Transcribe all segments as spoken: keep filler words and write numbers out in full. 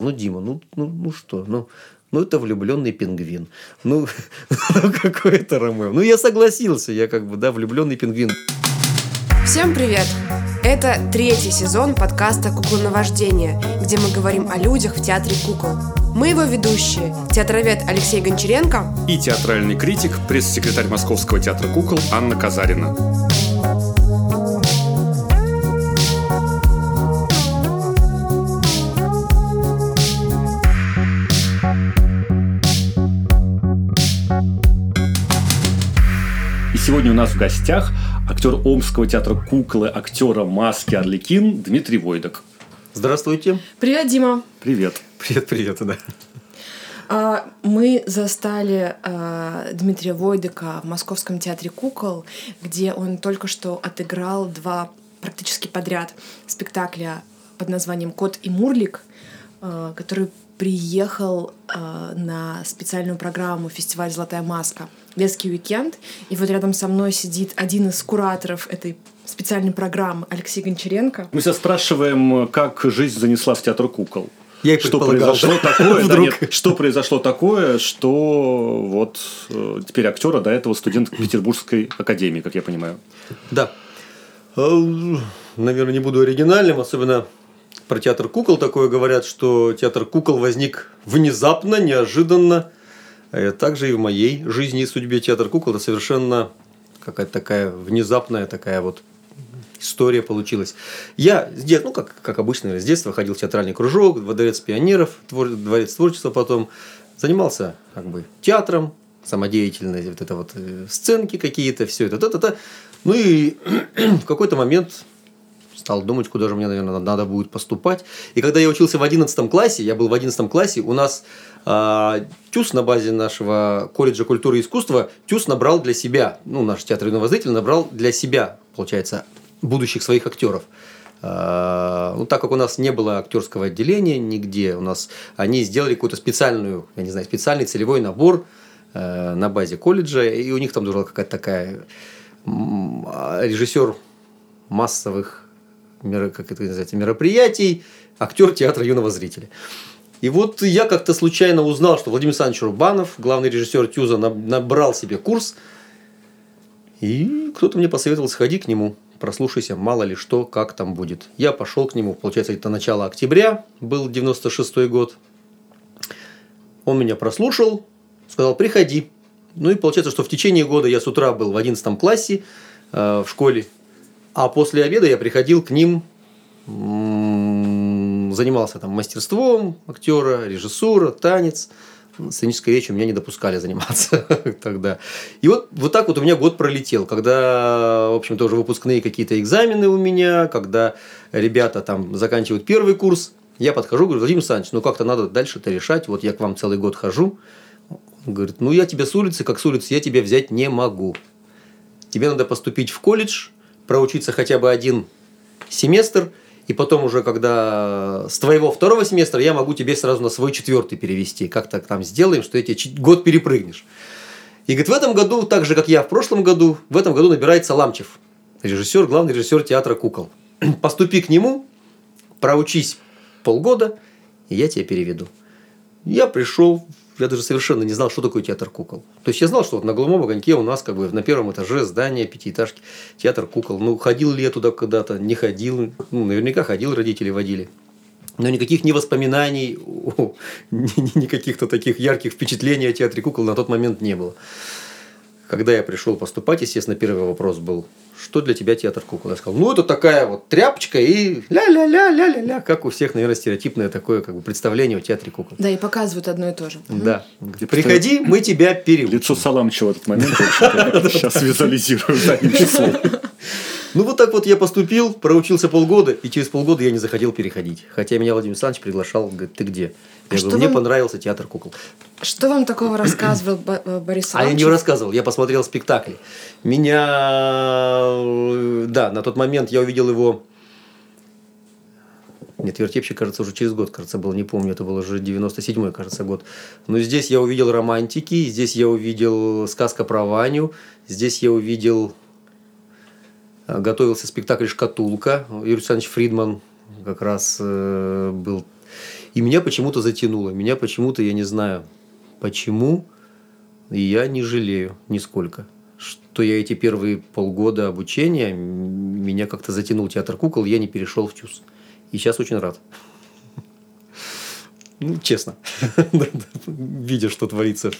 ну, Дима, ну, ну, ну что, ну, ну, это влюбленный пингвин. Ну, ну, какой это Ромео? Ну, я согласился, я как бы, да, влюбленный пингвин. Всем привет! Это третий сезон подкаста «Куклоновождение», где мы говорим о людях в театре кукол. Мы его ведущие, театровед Алексей Гончаренко и театральный критик, пресс-секретарь Московского театра кукол Анна Казарина. И сегодня у нас в гостях актер Омского театра куклы, актера маски Арлекин Дмитрий Войдок. Здравствуйте. Привет, Дима. Привет. Привет, привет, да. А, мы застали а, Дмитрия Войдока в Московском театре кукол, где он только что отыграл два практически подряд спектакля под названием «Кот и Мурлик», а, который приехал а, на специальную программу «Фестиваль Золотая маска», детский уикенд. И вот рядом со мной сидит один из кураторов этой специальной программы, Алексей Гончаренко. Мы себя спрашиваем, как жизнь занесла в театр кукол. Я и что произошло да? такое, да, нет, что произошло такое, что вот э, теперь актер, а до этого студент Петербургской академии, как я понимаю. Да. Наверное, не буду оригинальным, особенно про театр кукол такое говорят, что театр кукол возник внезапно, неожиданно. Также и в моей жизни и судьбе театр кукол это совершенно какая-то такая внезапная такая вот история получилась. Я, ну, как, как обычно, с детства ходил в театральный кружок, во дворец пионеров, твор, дворец творчества потом. Занимался как бы театром, самодеятельной, вот это вот сценки какие-то, все это, это, это. Ну и в какой-то момент стал думать, куда же мне, наверное, надо будет поступать. И когда я учился в одиннадцатом классе, я был в одиннадцатом классе, у нас э, ТЮЗ на базе нашего колледжа культуры и искусства, ТЮЗ набрал для себя, ну, наш театр юного зрителя набрал для себя, получается, будущих своих актеров. Э, ну, так как у нас не было актерского отделения нигде, у нас они сделали какую-то специальную, я не знаю, специальный целевой набор э, на базе колледжа, и у них там была какая-то такая режиссер массовых как это называется, мероприятий, актер театра юного зрителя. И вот я как-то случайно узнал, что Владимир Александрович Рубанов, главный режиссер ТЮЗа, набрал себе курс. И кто-то мне посоветовал: сходи к нему, прослушайся, мало ли что, как там будет. Я пошел к нему, получается, это начало октября, был девяносто шестой год. Он меня прослушал, сказал: приходи. Ну и получается, что в течение года я с утра был в одиннадцатом классе э, в школе. А после обеда я приходил к ним, занимался там мастерством актера, режиссура, танец. Сценической речью меня не допускали заниматься тогда. И вот, вот так вот у меня год пролетел, когда, в общем, тоже выпускные какие-то экзамены у меня, когда ребята там заканчивают первый курс, я подхожу, говорю: Владимир Александрович, ну как-то надо дальше-то решать, вот я к вам целый год хожу. Он говорит: ну я тебя с улицы, как с улицы, я тебя взять не могу. Тебе надо поступить в колледж, проучиться хотя бы один семестр, и потом уже, когда с твоего второго семестра я могу тебе сразу на свой четвертый перевести. Как-то там сделаем, что эти год перепрыгнешь. И говорит, в этом году, так же, как я в прошлом году, в этом году набирается Ламчев, режиссер, главный режиссер театра кукол. Поступи к нему, проучись полгода, и я тебя переведу. Я пришел. Я даже совершенно не знал, что такое театр кукол. То есть я знал, что вот на Голубом огоньке у нас как бы на первом этаже здания пятиэтажки театр кукол. Ну, ходил ли я туда когда-то, не ходил. Ну, наверняка ходил, родители водили. Но никаких ни воспоминаний, ни каких-то таких ярких впечатлений о театре кукол на тот момент не было. Когда я пришел поступать, естественно, первый вопрос был: что для тебя театр кукол? Я сказал: ну, это такая вот тряпочка и ля-ля-ля-ля-ля-ля, как у всех, наверное, стереотипное такое как бы представление о театре кукол. Да, и показывают одно и то же. Да. Приходи, мы тебя переучим. Лицо Саламчева в этот момент сейчас визуализирую задним числом. Ну, вот так вот я поступил, проучился полгода, и через полгода я не захотел переходить. Хотя меня Владимир Александрович приглашал, говорит: ты где? Я а говорю: мне вам... понравился театр кукол. Что вам такого рассказывал Борис Саламчев? А я не рассказывал, я посмотрел спектакли. Меня, да, на тот момент я увидел его... Нет, «Вертепщик», кажется, уже через год, кажется, был, не помню, это был уже девяносто седьмой, кажется, год. Но здесь я увидел «Романтики», здесь я увидел «Сказка про Ваню», здесь я увидел... Готовился спектакль «Шкатулка». Юрий Александрович Фридман как раз э, был. И меня почему-то затянуло. Меня почему-то, я не знаю, почему, и я не жалею нисколько, что я эти первые полгода обучения, меня как-то затянул театр кукол, я не перешел в ТЮЗ. И сейчас очень рад. Ну, честно. Видя, что творится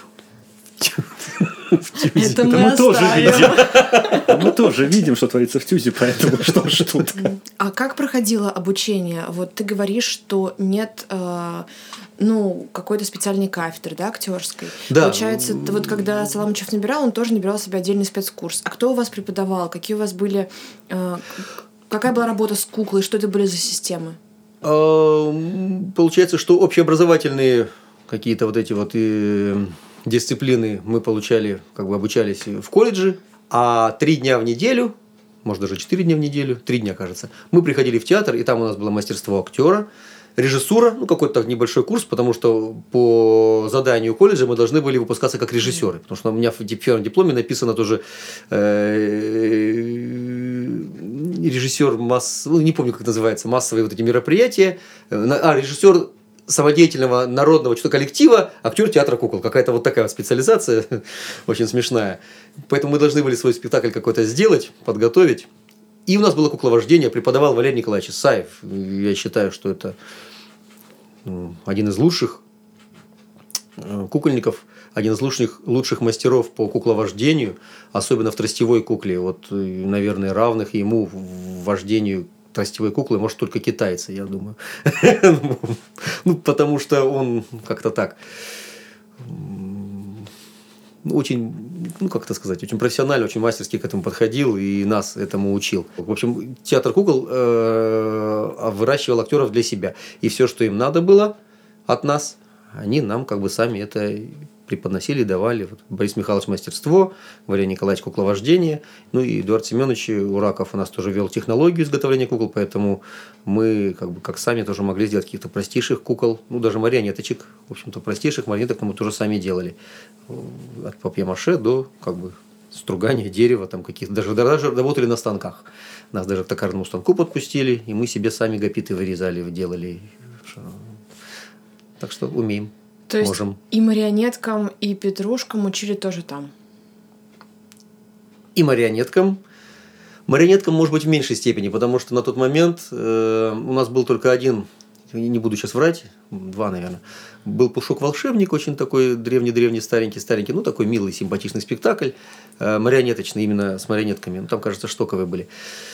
в ТЮЗе. Это мы, мы тоже видим. Мы тоже видим, что творится в ТЮЗе, поэтому что ж тут. А как проходило обучение? Вот ты говоришь, что нет э, ну, какой-то специальной кафедры, да, актерской. Да. Получается, ты вот когда Саламычев набирал, он тоже набирал себе отдельный спецкурс. А кто у вас преподавал? Какие у вас были... Э, какая была работа с куклой? Что это были за системы? Получается, что общеобразовательные какие-то вот эти вот и дисциплины мы получали, как бы обучались в колледже, а три дня в неделю, может даже четыре дня в неделю, три дня, кажется, мы приходили в театр, и там у нас было мастерство актера, режиссура, ну какой-то так небольшой курс, потому что по заданию колледжа мы должны были выпускаться как режиссеры, потому что у меня в первом дипломе написано тоже режиссер масс, ну, не помню, как называется, массовые вот эти мероприятия, а режиссер самодеятельного народного что-то коллектива, актер театра кукол. Какая-то вот такая специализация, очень смешная. Поэтому мы должны были свой спектакль какой-то сделать, подготовить. И у нас было кукловождение, преподавал Валерий Николаевич Исаев. Я считаю, что это один из лучших кукольников, один из лучших, лучших мастеров по кукловождению, особенно в тростевой кукле. Вот, наверное, равных ему в вождению тростевой куклы может только китайцы, я думаю. Ну, потому что он как-то так очень, ну, как это сказать, очень профессионально, очень мастерски к этому подходил и нас этому учил. В общем, театр кукол э, выращивал актеров для себя. И все, что им надо было от нас, они нам как бы сами это преподносили, давали. Вот Борис Михайлович мастерство, Валерий Николаевич кукловождение, ну и Эдуард Семенович Ураков у нас тоже вел технологию изготовления кукол, поэтому мы как бы как сами тоже могли сделать каких-то простейших кукол, ну даже марионеточек, в общем-то простейших марионеток мы тоже сами делали. От папье-маше до как бы стругания дерева, там каких-то, даже, даже работали на станках. Нас даже к токарному станку подпустили, и мы себе сами гапиты вырезали, делали. Так что умеем. То есть можем. И марионеткам, и петрушкам учили тоже там? И марионеткам. Марионеткам, может быть, в меньшей степени, потому что на тот момент э, у нас был только один, не буду сейчас врать, два, наверное, был Пушок-волшебник, очень такой древний-древний, старенький-старенький, ну, такой милый, симпатичный спектакль, э, марионеточный, именно с марионетками, ну, там, кажется, штоковые были.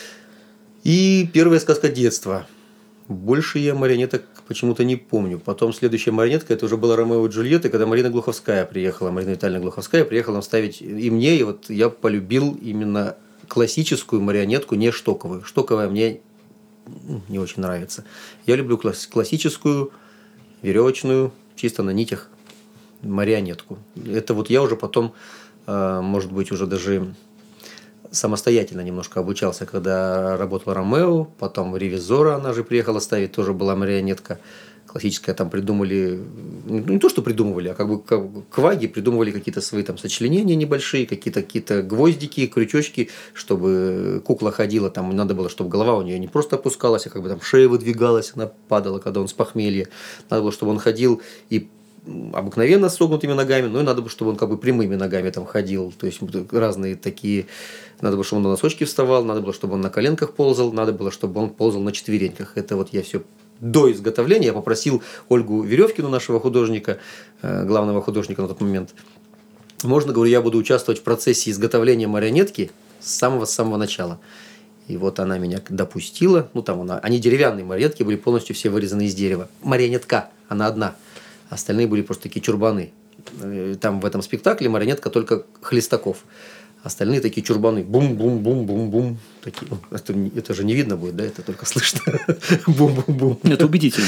И первая сказка детства. Больше я марионеток почему-то не помню. Потом следующая марионетка, это уже была Ромео и Джульетта, когда Марина Глуховская приехала, Марина Витальевна Глуховская приехала нам ставить и мне, и вот я полюбил именно классическую марионетку, не штоковую. Штоковая мне не очень нравится. Я люблю классическую, веревочную, чисто на нитях марионетку. Это вот я уже потом, может быть, уже даже самостоятельно немножко обучался, когда работал Ромео, потом Ревизора, она же приехала ставить, тоже была марионетка классическая, там придумали, ну не то, что придумывали, а как бы как кваги придумывали какие-то свои там сочленения небольшие, какие-то какие-то гвоздики, крючочки, чтобы кукла ходила, там надо было, чтобы голова у нее не просто опускалась, а как бы там шея выдвигалась, она падала, когда он с похмелья, надо было, чтобы он ходил и обыкновенно с согнутыми ногами, но и надо было, чтобы он как бы прямыми ногами там ходил, то есть разные такие, надо было, чтобы он на носочки вставал, надо было, чтобы он на коленках ползал, надо было, чтобы он ползал на четвереньках. Это вот я все до изготовления, я попросил Ольгу Веревкину, нашего художника, главного художника на тот момент, можно, говорю, я буду участвовать в процессе изготовления марионетки с самого-самого начала. И вот она меня допустила, ну там она, они деревянные марионетки, были полностью все вырезаны из дерева. Марионетка, она одна. Остальные были просто такие чурбаны. Там в этом спектакле марионетка только Хлестаков. Остальные такие чурбаны. Бум-бум-бум-бум-бум. Такие. Это, это же не видно будет, да? Это только слышно. Бум-бум-бум. Это убедительно.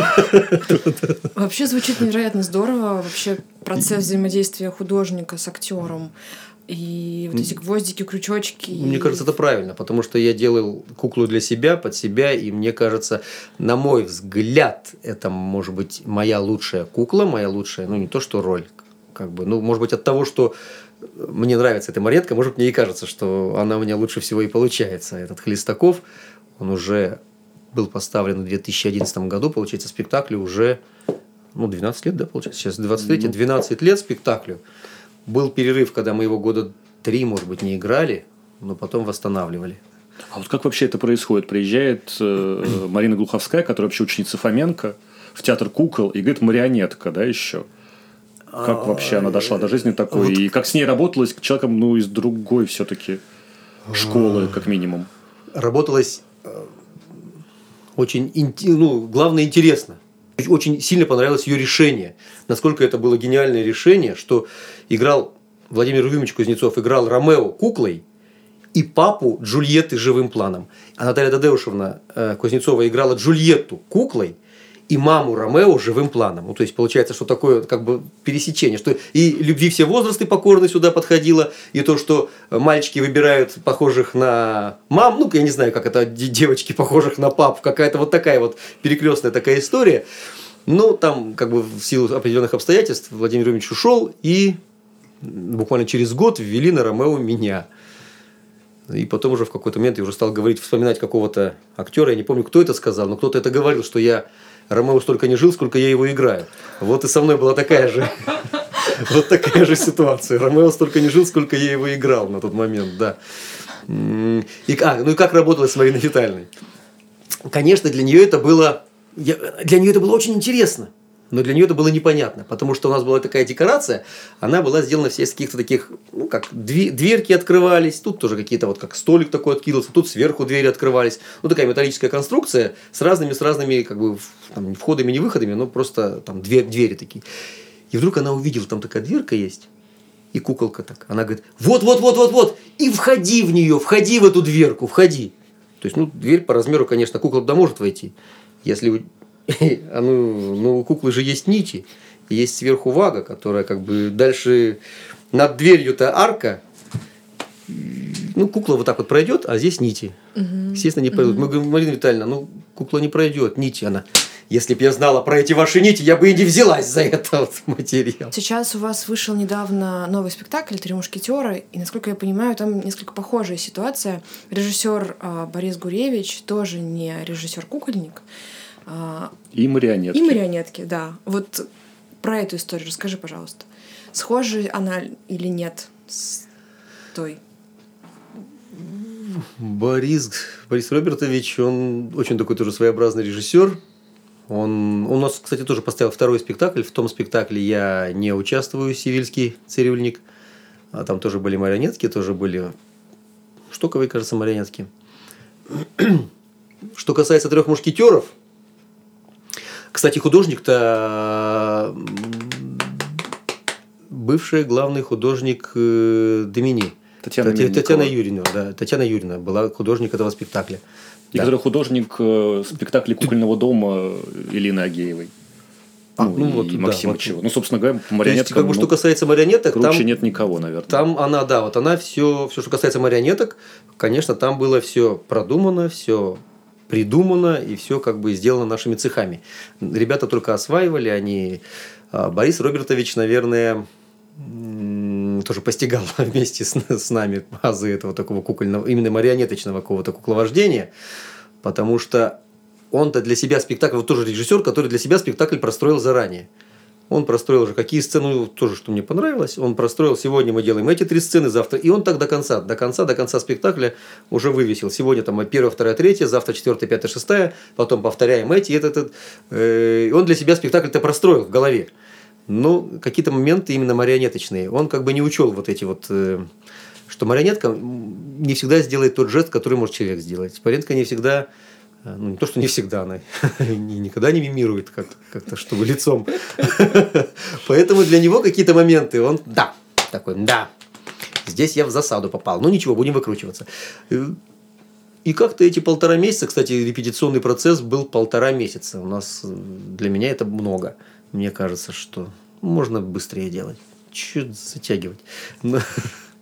Вообще звучит невероятно здорово. Вообще процесс взаимодействия художника с актером. И вот эти гвоздики, крючочки. Мне и... кажется, это правильно, потому что я делал куклу для себя, под себя, и мне кажется, на мой взгляд, это может быть моя лучшая кукла, моя лучшая, ну не то что роль, как бы, ну может быть от того, что мне нравится эта марионетка, может мне и кажется, что она у меня лучше всего и получается. Этот Хлестаков, он уже был поставлен в две тысячи одиннадцатом году, получается, спектаклю уже ну, двенадцать лет, да, получается, сейчас двадцать три, двенадцать лет спектаклю. Был перерыв, когда мы его года три, может быть, не играли, но потом восстанавливали. А вот как вообще это происходит? Приезжает э, Марина Глуховская, которая вообще ученица Фоменко, в театр кукол, и говорит, марионетка, да, еще? Как вообще она дошла до жизни такой? Вот. И как с ней работалось человеком, ну, из другой все-таки школы, как минимум? Работалось очень, ну, главное, интересно. Очень сильно понравилось ее решение. Насколько это было гениальное решение, что играл Владимир Ефимович Кузнецов, играл Ромео куклой и папу Джульетты живым планом. А Наталья Тадеушевна э, Кузнецова играла Джульетту куклой и маму Ромео живым планом. Ну, то есть, получается, что такое как бы пересечение. Что и любви все возрасты покорно сюда подходило, и то, что мальчики выбирают похожих на мам, ну, я не знаю, как это, девочки похожих на пап, какая-то вот такая вот перекрестная такая история. Ну, там, как бы в силу определенных обстоятельств Владимир Ильич ушел, и буквально через год ввели на Ромео меня. И потом уже в какой-то момент я уже стал говорить, вспоминать какого-то актера, я не помню, кто это сказал, но кто-то это говорил, что я Ромео столько не жил, сколько я его играю. Вот и со мной была такая же, вот такая же ситуация. Ромео столько не жил, сколько я его играл на тот момент, да. И, а, ну и как работалось с Мариной Витальевной? Конечно, для нее это было, для нее это было очень интересно. Но для нее это было непонятно, потому что у нас была такая декорация, она была сделана вся из каких-то таких, ну, как дверки открывались, тут тоже какие-то вот как столик такой откидывался, тут сверху двери открывались. Ну, такая металлическая конструкция с разными, с разными как бы там, входами, не выходами, но просто там дверь, двери такие. И вдруг она увидела, там такая дверка есть, и куколка так. Она говорит, вот-вот-вот-вот-вот, и входи в нее, входи в эту дверку, входи. То есть, ну, дверь по размеру, конечно, кукла туда может войти, если вы... А ну, ну, у куклы же есть нити, есть сверху вага, которая как бы дальше над дверью-то арка. Ну, кукла вот так вот пройдет, а здесь нити. Угу. Естественно, не пройдут. Угу. Мы говорим, Марина Витальевна, ну, кукла не пройдет, нити она. Если бы я знала про эти ваши нити, я бы и не взялась за этот вот материал. Сейчас у вас вышел недавно новый спектакль «Три мушкетера», и, насколько я понимаю, там несколько похожая ситуация. Режиссер э, Борис Гуревич тоже не режиссер-кукольник. И марионетки. И марионетки, да. Вот про эту историю расскажи, пожалуйста. Схожа она или нет с той? Борис, Борис Робертович, он очень такой тоже своеобразный режиссер. Он, он у нас, кстати, тоже поставил второй спектакль. В том спектакле я не участвую, «Сивильский цирюльник». А там тоже были марионетки, тоже были штоковые, кажется, марионетки. Что касается «Трех мушкетеров», кстати, художник-то бывший главный художник Домини. Татьяна, Татьяна Юрьевна, да, Татьяна Юрьевна была художник этого спектакля. И да. Который художник спектакля «Кукольного дома» Елены Агеевой. А, ну, ну, вот, и Максима да, Чева. Вот. Ну, собственно говоря, марионетка. Как бы, что касается марионеток, круче там нет никого, наверное. Там она, да, вот она все, все, что касается марионеток, конечно, там было все продумано, все придумано и все как бы сделано нашими цехами. Ребята только осваивали, они... Борис Робертович, наверное, тоже постигал вместе с, с нами азы этого такого кукольного, именно марионеточного какого-то кукловождения, потому что он-то для себя спектакль, вот тоже режиссер, который для себя спектакль простроил заранее. Он простроил уже какие сцены, тоже, что мне понравилось. Он простроил, сегодня мы делаем эти три сцены, завтра. И он так до конца, до конца, до конца спектакля уже вывесил. Сегодня там первая, вторая, третья, завтра четвертая, пятая, шестая. Потом повторяем эти. Этот, этот. И он для себя спектакль-то простроил в голове. Но какие-то моменты именно марионеточные. Он как бы не учел вот эти вот... Что марионетка не всегда сделает тот жест, который может человек сделать. Марионетка не всегда... Ну, не то, что не всегда, она никогда не мимирует как-то, как-то чтобы лицом. Поэтому для него какие-то моменты, он, да, такой, да, здесь я в засаду попал. Ну, ничего, будем выкручиваться. И как-то эти полтора месяца, кстати, репетиционный процесс был полтора месяца. У нас, для меня это много. Мне кажется, что можно быстрее делать. Чуть затягивать.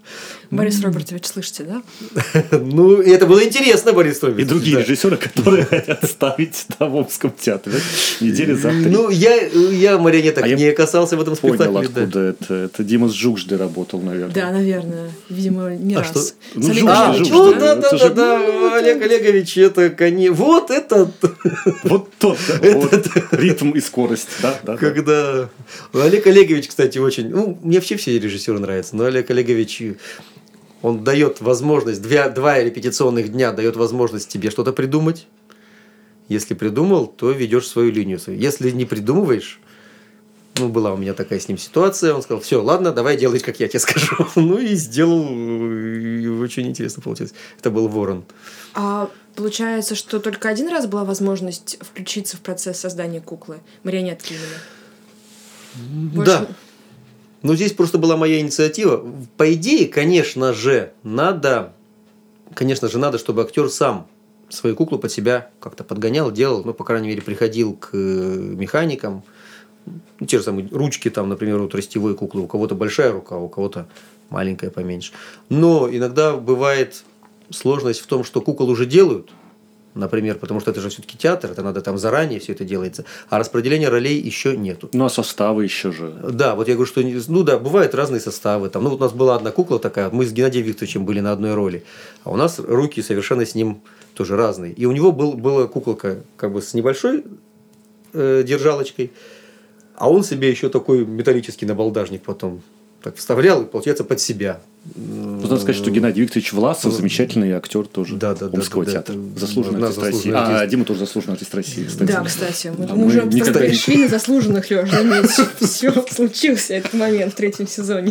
Борис Робертович, слышите, да? Ну, это было интересно, Борис Робертович. И другие режиссеры, которые хотят ставить в Омском театре. Недели за три. Ну, я, я марионеток А не я касался в этом спектакле. Понял, откуда это. Это Дима с Жукжды работал, наверное. Да, наверное. Видимо, не А раз. что? С Ну, Олегом А, Жукжды, Ильичем, вот, Жукжды. да, Это да, же- да, да, ну, Олег Олегович, это коне... Вот это... Вот тот, да, вот ритм и скорость, да, да, да. Когда... Олег Олегович, кстати, очень... Ну, мне вообще все режиссеры нравятся, но Олег Олегович, он дает возможность, два, два репетиционных дня дает возможность тебе что-то придумать. Если придумал, то ведешь свою линию. Если не придумываешь, ну, была у меня такая с ним ситуация, он сказал, все, ладно, давай делай, как я тебе скажу. Ну, и сделал, и очень интересно получилось. Это был Ворон. А получается, что только один раз была возможность включиться в процесс создания куклы, марионетки именно? Больше- Да. Но здесь просто была моя инициатива. По идее, конечно же, надо, конечно же, надо, чтобы актер сам свою куклу под себя как-то подгонял, делал, ну, по крайней мере, приходил к механикам. Ну, те же самые ручки, там, например, у тростевой куклы, у кого-то большая рука, у кого-то маленькая поменьше. Но иногда бывает сложность в том, что кукол уже делают, например, потому что это же все-таки театр, это надо там заранее все это делается, а распределения ролей еще нету. Ну, а составы еще же. Да, вот я говорю, что, ну да, бывают разные составы. Там, ну, вот у нас была одна кукла такая, мы с Геннадием Викторовичем были на одной роли, а у нас руки совершенно с ним тоже разные. И у него был, была куколка как бы с небольшой э, держалочкой, а он себе еще такой металлический набалдажник потом так вставлял, и, получается, под себя. Ну, надо сказать, что Геннадий Викторович Власов замечательный актер тоже Да, да, да, Омского да, да, театра. это Заслуженный одна артист России. заслуженный А артист. Дима тоже заслуженный артист России, кстати. Да, кстати, мы, А мы уже мы никогда не- пришли на заслуженных, Лёш, заметь. Все, случился этот момент в третьем сезоне.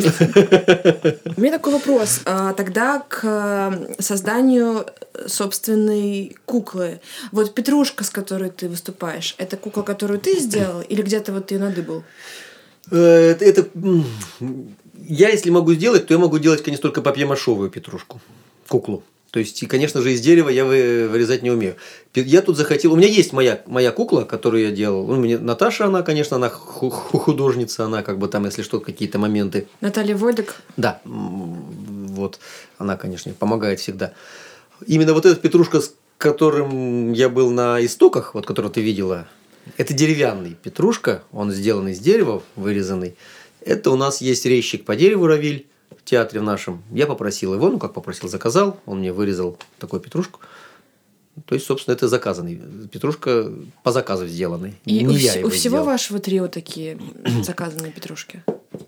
У меня такой вопрос. А, Тогда к созданию собственной куклы. Вот Петрушка, с которой ты выступаешь, это кукла, которую ты сделал, или где-то вот ты ее надыбал? Э, Это, это, м, я, если могу сделать, то я могу делать, конечно, только папье-мошовую петрушку, куклу. То есть, и, конечно же, из дерева я вы- вырезать не умею. Пе- Я тут захотел... У меня есть моя, моя кукла, которую я делал. Ну, у меня Наташа, она, конечно, она ху- ху- художница, она как бы там, если что, какие-то моменты. Наталья Войдек. Да, м, вот. Она, конечно, помогает всегда. Именно вот эта петрушка, с которым я был на истоках, вот которую ты видела, это деревянный петрушка, он сделан из дерева, вырезанный. Это у нас есть резчик по дереву Равиль в театре в нашем. Я попросил его, ну как попросил, заказал, он мне вырезал такую петрушку. То есть, собственно, это заказанный. Петрушка по заказу сделанный. И Не у, я вс- его у всего сделал. вашего трио такие заказанные петрушки?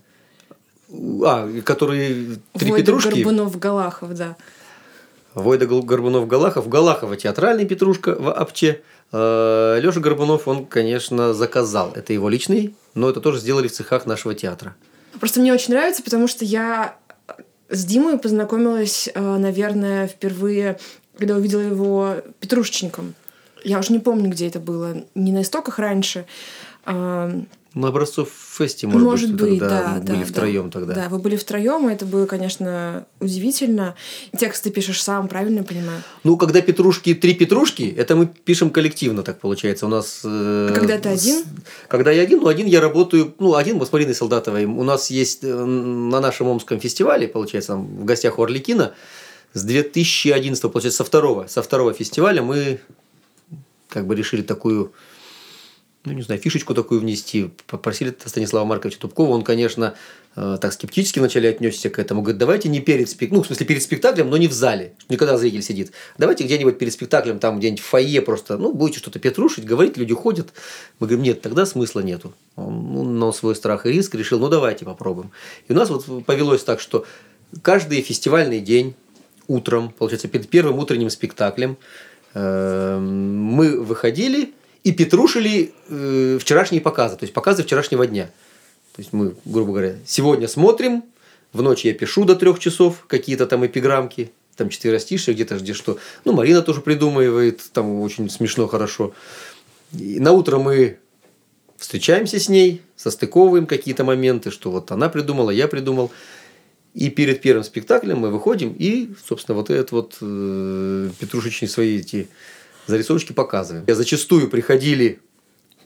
А, которые три Войдек, петрушки. Горбунов, Галахов, да. Войда Гол- Горбунов Галахов. Галахова театральный петрушка в Апче. Леша Горбунов, он, конечно, заказал. Это его личный, но это тоже сделали в цехах нашего театра. Просто мне очень нравится, потому что я с Димой познакомилась, э, наверное, впервые, когда увидела его петрушечником. Я уже не помню, где это было. Не на истоках раньше. А, На образцов фести, может, Может быть, вы быть, тогда да, были да, втроем да. тогда. Да, вы были втроем, и это было, конечно, удивительно. Текст ты пишешь сам, правильно я понимаю? Ну, когда петрушки, три петрушки, это мы пишем коллективно, так получается. У нас... э, А когда ты один? с- Когда я один, ну, один я работаю... Ну, один, вот с Мариной Солдатовой. У нас есть э, на нашем Омском фестивале, получается, там, в гостях у Орликина, с две тысячи одиннадцатого, получается, со второго, со второго фестиваля мы как бы решили такую... ну, не знаю, фишечку такую внести. Попросили Станислава Марковича Тупкова. Он, конечно, э, так скептически вначале отнесся к этому. Говорит, давайте не перед спектаклем, ну, в смысле, перед спектаклем, но не в зале. Никогда зритель сидит. Давайте где-нибудь перед спектаклем, там где-нибудь в фойе просто, ну, будете что-то петрушить, говорить, люди ходят. Мы говорим, нет, тогда смысла нету. Он ну, на свой страх и риск решил, ну, давайте попробуем. И у нас вот повелось так, что каждый фестивальный день утром, получается, перед первым утренним спектаклем э, мы выходили и петрушили э, вчерашние показы, то есть показы вчерашнего дня. То есть мы, грубо говоря, сегодня смотрим, в ночь я пишу до трех часов какие-то там эпиграммки, там четверостишие, где-то где что. Ну, Марина тоже придумывает, там очень смешно, хорошо. И на утро мы встречаемся с ней, состыковываем какие-то моменты, что вот она придумала, я придумал. И перед первым спектаклем мы выходим и, собственно, вот этот вот э, петрушечные свои эти зарисовочки показываем. Зачастую приходили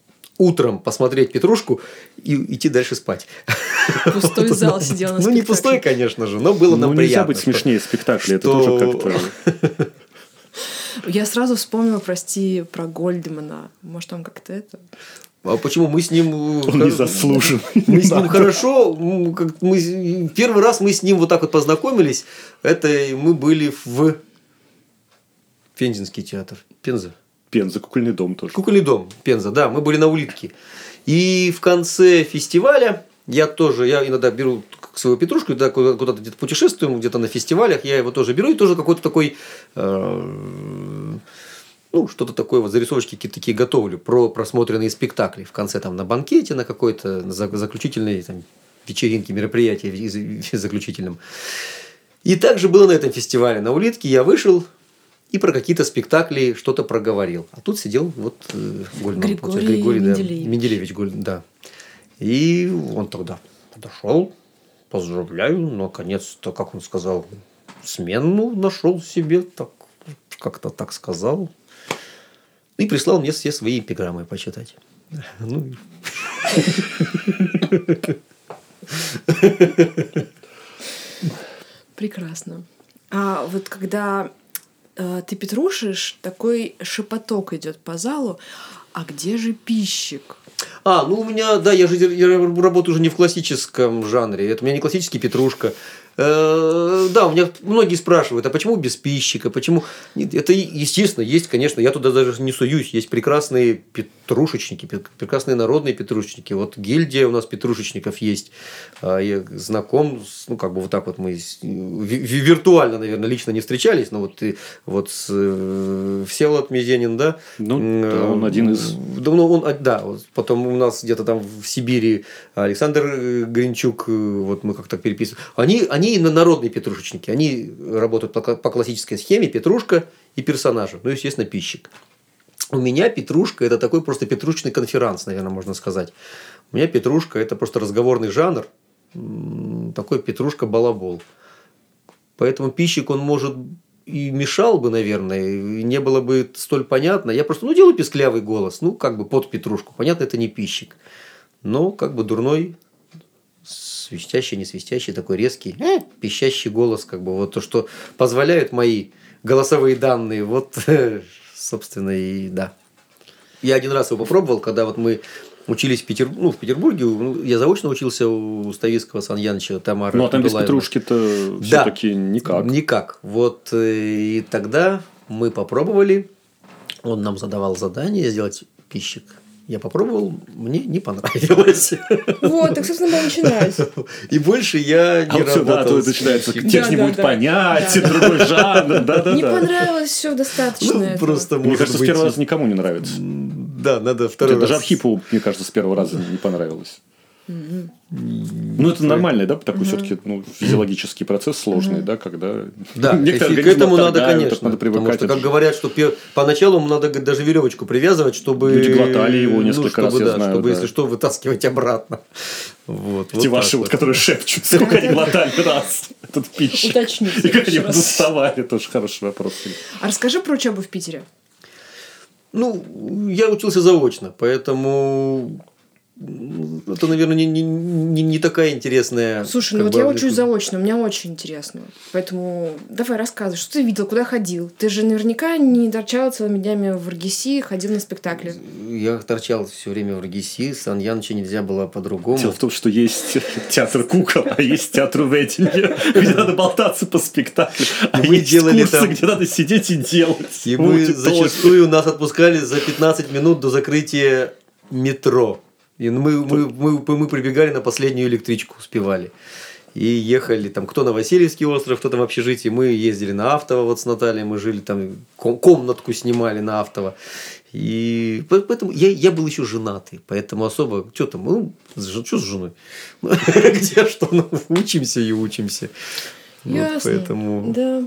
утром посмотреть «Петрушку» и идти дальше спать. Пустой зал сидел на Ну, спектакле. не пустой, конечно же, но было нам Ну, приятно. нельзя быть смешнее спектакля, это тоже как-то... Я сразу вспомнила, прости, про Гольдмана. Может, он как-то это... А почему мы с ним... Он не заслужен. Мы с ним хорошо... Мы... Первый раз мы с ним вот так вот познакомились. Это мы были в Пензенский театр. Пенза. Пенза, кукольный дом тоже. Кукольный дом, Пенза, да. Мы были на улитке. И в конце фестиваля я тоже... Я иногда беру свою Петрушку, да, куда-то где-то путешествуем, где-то на фестивалях. Я его тоже беру. И тоже какой-то такой... Э- ну, что-то такое, вот зарисовочки какие-то такие готовлю про просмотренные спектакли в конце там на банкете, на какой-то на заключительной там, вечеринке, мероприятии заключительном. И также было на этом фестивале на улитке. Я вышел и про какие-то спектакли что-то проговорил. А тут сидел вот э, Гольдман, Григорий, Григорий Менделеевич. Да, Менделеевич, да. И он тогда подошел, поздравляю, наконец-то, как он сказал, смену нашел себе, так, как-то так сказал. И прислал мне все свои эпиграммы почитать. Ну, прекрасно. А вот когда э, ты петрушишь, такой шепоток идет по залу. А где же пищик? А, ну у меня, да, я же я работаю уже не в классическом жанре. Это у меня не классический Петрушка. Э, да, у меня многие спрашивают, а почему без пищика? Почему? Это, естественно, есть, конечно, я туда даже не суюсь. Есть прекрасные петрушечники, прекрасные народные петрушечники. Вот гильдия у нас петрушечников есть. Я знаком, с, ну, как бы вот так вот мы виртуально, наверное, лично не встречались, но вот, вот с Всеволод Мезенин, да? Ну, да, он один из... Да, ну, он, да, потом у нас где-то там в Сибири Александр Гринчук, вот мы как-то переписываем. Они, они народные петрушечники, они работают по, по классической схеме: петрушка и персонажи, ну, естественно, пищик. У меня Петрушка – это такой просто петрушечный конферанс, наверное, можно сказать. У меня Петрушка – это просто разговорный жанр, такой Петрушка-балабол. Поэтому пищик, он может и мешал бы, наверное, и не было бы столь понятно. Я просто, ну, делаю писклявый голос, ну, как бы под Петрушку. Понятно, это не пищик. Но как бы дурной, свистящий, не свистящий, такой резкий, э, пищащий голос, как бы вот то, что позволяют мои голосовые данные, вот, собственно, и да. Я один раз его попробовал, когда вот мы учились в, Петер... ну, в Петербурге. Ну, я заочно учился у Ставицкого Сан Яныча, Тамары. Ну, а там без Петрушки-то да. все-таки никак. Никак. Вот и тогда мы попробовали. Он нам задавал задание сделать пищик. Я попробовал, мне не понравилось. Вот, так, собственно, мы начинать. И больше я не а работал. Да, то начинается, тебе да, не да, будет да. понятен, да, другой да. жанр. Да, да, не да. понравилось, все достаточно. Ну, просто, мне кажется, быть... с первого раза никому не нравится. Да, надо второй раз. Даже Архипову, мне кажется, с первого раза не понравилось. Mm-hmm. Ну, это нормальный, да, такой mm-hmm. все-таки ну, физиологический процесс сложный, mm-hmm. да, когда... Да, к этому надо, конечно. Надо привыкать. Потому что, как говорят, что поначалу надо даже веревочку привязывать, чтобы... Люди глотали его несколько ну, раз, чтобы, я да, знаю. Чтобы, да. если что, вытаскивать обратно. Вот, Эти вот ваши, вот, которые шепчут, сколько они глотали раз этот пищик. Уточните. И как они доставали, тоже хороший вопрос. А расскажи про учебу в Питере. Ну, я учился заочно, поэтому... Это, наверное, не, не, не, не такая интересная... Слушай, ну вот я учусь заочно, у меня очень интересно. Поэтому давай рассказывай, что ты видел, куда ходил? Ты же наверняка не торчал целыми днями в РГСИ, ходил на спектакли. Я торчал все время в РГСИ, Сан Яныча нельзя было по-другому. Дело в том, что есть театр кукол, а есть театр Ведения, где надо болтаться по спектаклю. А мы есть делали курсы, там... где надо сидеть и делать. И мы зачастую нас отпускали за пятнадцать минут до закрытия метро. И мы, мы, мы, мы прибегали на последнюю электричку, успевали. И ехали там, кто на Васильевский остров, кто там в общежитии. Мы ездили на Автово вот с Натальей, мы жили там, комнатку снимали на Автово. И поэтому я, я был еще женатый, поэтому особо, что там, ну, что с женой? Где что, ну, учимся и учимся. Ясно, вот, поэтому... да.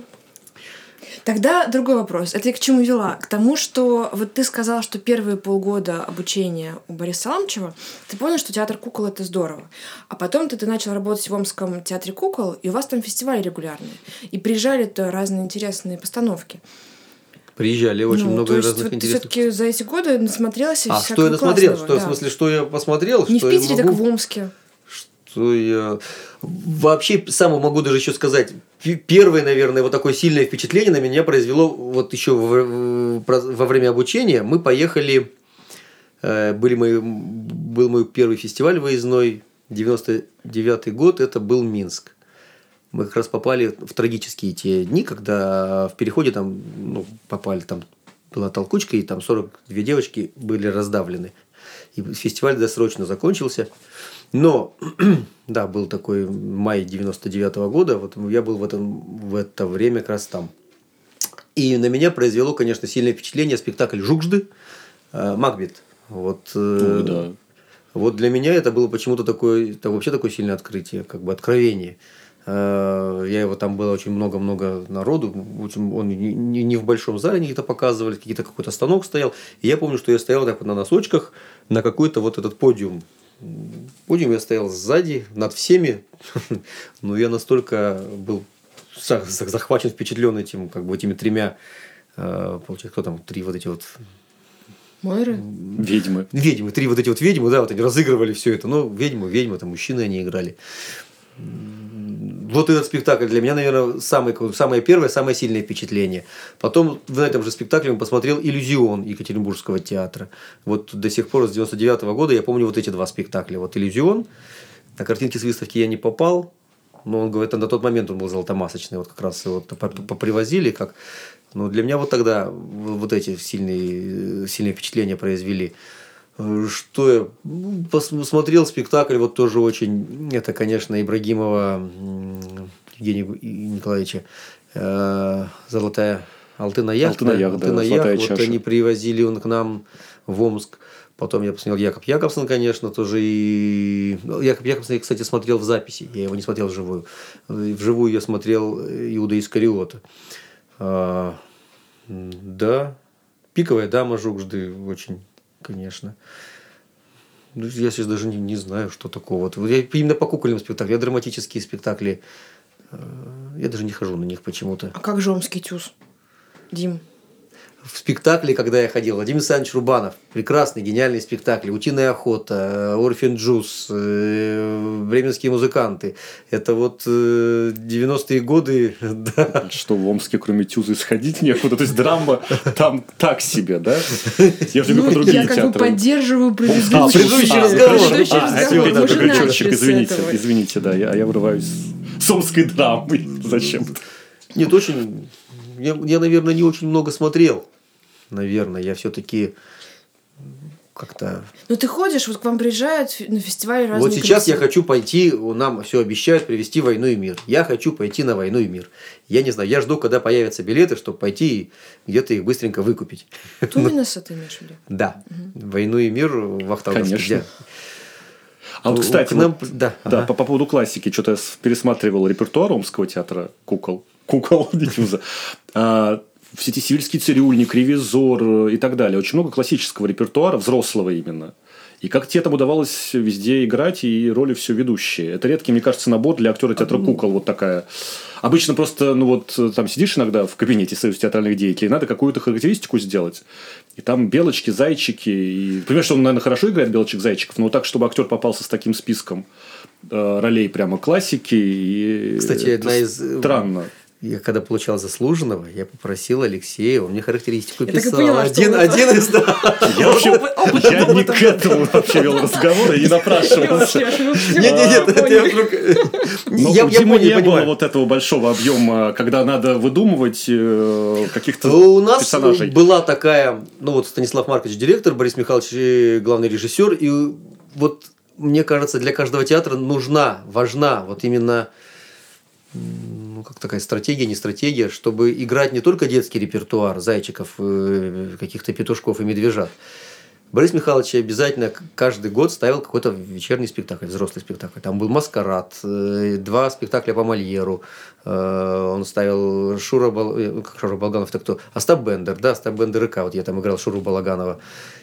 Тогда другой вопрос. Это я к чему вела? К тому, что вот ты сказала, что первые полгода обучения у Бориса Саламчева ты понял, что театр кукол – это здорово. А потом ты, ты начал работать в Омском театре кукол, и у вас там фестивали регулярные. И приезжали-то разные интересные постановки. Приезжали очень Ну, много то есть разных вот ты интересных... все-таки за эти годы насмотрелась А, всякого что я насмотрел? классного, Что, да. в смысле, что я посмотрел? Не что в я Питере, так могу... в Омске. Что я... Вообще, самое могу даже еще сказать, пи- первое, наверное, вот такое сильное впечатление на меня произвело вот еще во, во время обучения. Мы поехали, э, были мы, был мой первый фестиваль выездной, девяносто девятый год, это был Минск. Мы как раз попали в трагические те дни, когда в переходе там, ну, попали, там была толкучка, и там сорок две девочки были раздавлены. И фестиваль досрочно закончился. Но, да, был такой май девяносто девятого года, вот я был в, этом, в это время как раз там. И на меня произвело, конечно, сильное впечатление спектакль Жукжды э, «Макбет». Вот, э, Ой, да. вот для меня это было почему-то такое, это вообще такое сильное открытие, как бы откровение. Э, я его там было очень много-много народу, очень, он не, не, не в большом зале они это показывали, какие-то какой-то станок стоял. И я помню, что я стоял так вот на носочках на какой-то вот этот подиум. Подиум я стоял сзади, над всеми, но я настолько был захвачен, впечатлен этим, как бы этими тремя, получается, кто там, три вот эти вот... Мойры? Ведьмы. Ведьмы, три вот эти вот ведьмы, да, вот они разыгрывали все это, но ведьмы, ведьмы, там мужчины они играли. Вот этот спектакль для меня, наверное, самый, самое первое, самое сильное впечатление. Потом в этом же спектакле я посмотрел «Иллюзион» Екатеринбургского театра. Вот до сих пор с девяносто девятого года я помню вот эти два спектакля. Вот «Иллюзион». На картинки с выставки я не попал, но он говорит, на тот момент он был золотомасочный. Вот как раз его попривозили. Как... Но для меня вот тогда вот эти сильные, сильные впечатления произвели. Что я посмотрел спектакль, вот тоже очень, это, конечно, Ибрагимова Евгения Николаевича, «Золотая Алтын-Аях». Алтын-Аях, да, Алтын-Аях. «Золотая Вот чаша». они привозили он к нам в Омск. Потом я посмотрел Якоб Якобсон, конечно, тоже. И... Якоб Якобсон я, кстати, смотрел в записи. Я его не смотрел вживую. Вживую я смотрел Иуда Искариота. А, да. «Пиковая дама» Жукжды очень... Конечно. Я сейчас даже не, не знаю, что такого. Вот я именно по кукольным спектаклям, я драматические спектакли, я даже не хожу на них почему-то. А как же «Омский тюз», Дим? В спектакле, когда я ходил, Владимир Александрович Рубанов, прекрасный, гениальный спектакль, «Утиная охота», «Орфин Джуз», «Бременские музыканты». Это вот девяностые годы. Да. Что в Омске, кроме тюза, сходить некуда. То есть драма там так себе, да? Я же Ну, по другим я как бы театрам. поддерживаю предыдущий, А, предыдущий разговор. предыдущий А, разговор. это Мы же крючочек, начали с извините, этого. извините, да, я, я врываюсь с омской драмой. Зачем? Нет, очень... Я, я, наверное, не очень много смотрел. Наверное, я все-таки как-то... Ну, ты ходишь, вот к вам приезжают на фестиваль разные Вот сейчас я коллективы. хочу пойти, нам все обещают привезти «Войну и мир». Я хочу пойти на «Войну и мир». Я не знаю, я жду, когда появятся билеты, чтобы пойти и где-то их быстренько выкупить. Туминаса ты имеешь в виду? Да. «Войну и мир» в Вахтанговске. Конечно. где- А вот, кстати, К нам- вот, да, да, ага. по, по поводу классики, что-то я с- пересматривал репертуар Омского театра кукол. Кукол, не тюза. А, все эти «Сивильский цирюльник», «Ревизор» и так далее. Очень много классического репертуара, взрослого именно. И как тебе там удавалось везде играть, и роли все ведущие. Это редкий, мне кажется, набор для актера театра кукол. Вот такая. Обычно просто, ну вот, там сидишь иногда в кабинете Союза театральных деятелей, надо какую-то характеристику сделать. И там белочки, зайчики. И... Понимаешь, что он, наверное, хорошо играет белочек-зайчиков, но вот так, чтобы актер попался с таким списком э, ролей прямо классики. И... Кстати, это одна из... странно. Я когда получал заслуженного, я попросил Алексея, он мне характеристику Я так и писал. поняла, что один, вы- один из... да. Я вообще я не к этому вообще вел разговор и не напрашивался. Нет, нет, нет, это я вдруг... Но Я у я Димы понял, не было понимаю. вот этого большого объема, когда надо выдумывать э, каких-то У нас персонажей. была такая, ну вот Станислав Маркович директор, Борис Михайлович э, главный режиссер, и вот мне кажется, для каждого театра нужна, важна вот именно ну, как такая стратегия, не стратегия, чтобы играть не только детский репертуар зайчиков, э, каких-то петушков и медвежат. Борис Михайлович обязательно каждый год ставил какой-то вечерний спектакль, взрослый спектакль. Там был «Маскарад», э, два спектакля по Мольеру. Э, он ставил Шура, Бал... э, как Шура Балганов, это кто? Остап Бендер, да, Остап Бендер и К. Вот я там играл Шуру Балаганова.